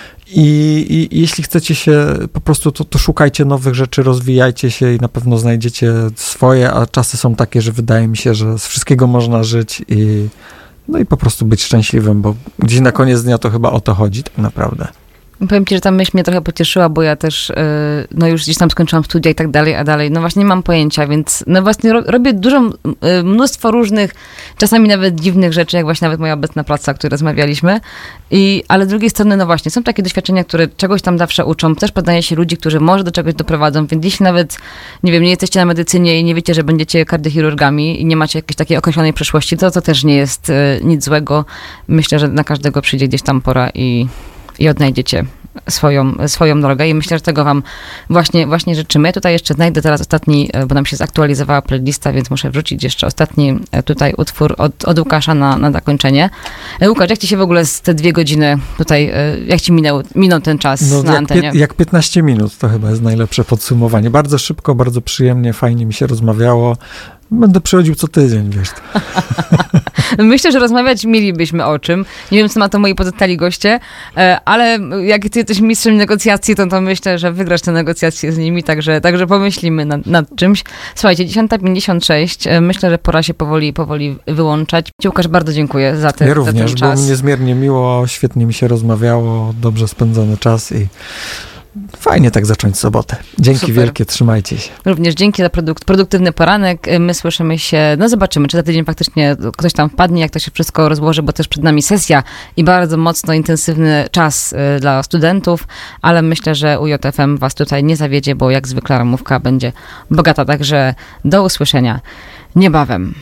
I jeśli chcecie się po prostu, to szukajcie nowych rzeczy, rozwijajcie się i na pewno znajdziecie swoje, a czasy są takie, że wydaje mi się, że z wszystkiego można żyć i po prostu być szczęśliwym, bo gdzieś na koniec dnia to chyba o to chodzi tak naprawdę. Powiem ci, że ta myśl mnie trochę pocieszyła, bo ja też, no już gdzieś tam skończyłam studia i tak dalej, a dalej, no właśnie nie mam pojęcia, więc no właśnie robię mnóstwo różnych, czasami nawet dziwnych rzeczy, jak właśnie nawet moja obecna praca, o której rozmawialiśmy, ale z drugiej strony, no właśnie, są takie doświadczenia, które czegoś tam zawsze uczą, też poznaje się ludzi, którzy może do czegoś doprowadzą, więc jeśli nawet, nie wiem, nie jesteście na medycynie i nie wiecie, że będziecie kardiochirurgami i nie macie jakiejś takiej określonej przeszłości, to też nie jest nic złego. Myślę, że na każdego przyjdzie gdzieś tam pora i odnajdziecie swoją drogę i myślę, że tego wam właśnie życzymy. Tutaj jeszcze znajdę teraz ostatni, bo nam się zaktualizowała playlista, więc muszę wrzucić jeszcze ostatni tutaj utwór od Łukasza na zakończenie. Łukasz, jak ci się w ogóle z te 2 godziny tutaj, jak ci minął ten czas na antenie? Jak 15 minut, to chyba jest najlepsze podsumowanie. Bardzo szybko, bardzo przyjemnie, fajnie mi się rozmawiało. Będę przychodził co tydzień, wiesz. Myślę, że rozmawiać mielibyśmy o czym. Nie wiem, co na to moi pozostali goście, ale jak ty jesteś mistrzem negocjacji, to myślę, że wygrasz te negocjacje z nimi, także pomyślimy nad czymś. Słuchajcie, 10:56. Myślę, że pora się powoli wyłączać. Łukasz, bardzo dziękuję za ten czas. Ja również, było mi niezmiernie miło, świetnie mi się rozmawiało, dobrze spędzony czas i fajnie tak zacząć sobotę. Dzięki Super. Wielkie, trzymajcie się. Również dzięki za produktywny poranek. My słyszymy się, zobaczymy, czy za tydzień faktycznie ktoś tam wpadnie, jak to się wszystko rozłoży, bo też przed nami sesja i bardzo mocno intensywny czas dla studentów, ale myślę, że UJFM was tutaj nie zawiedzie, bo jak zwykle ramówka będzie bogata, także do usłyszenia niebawem.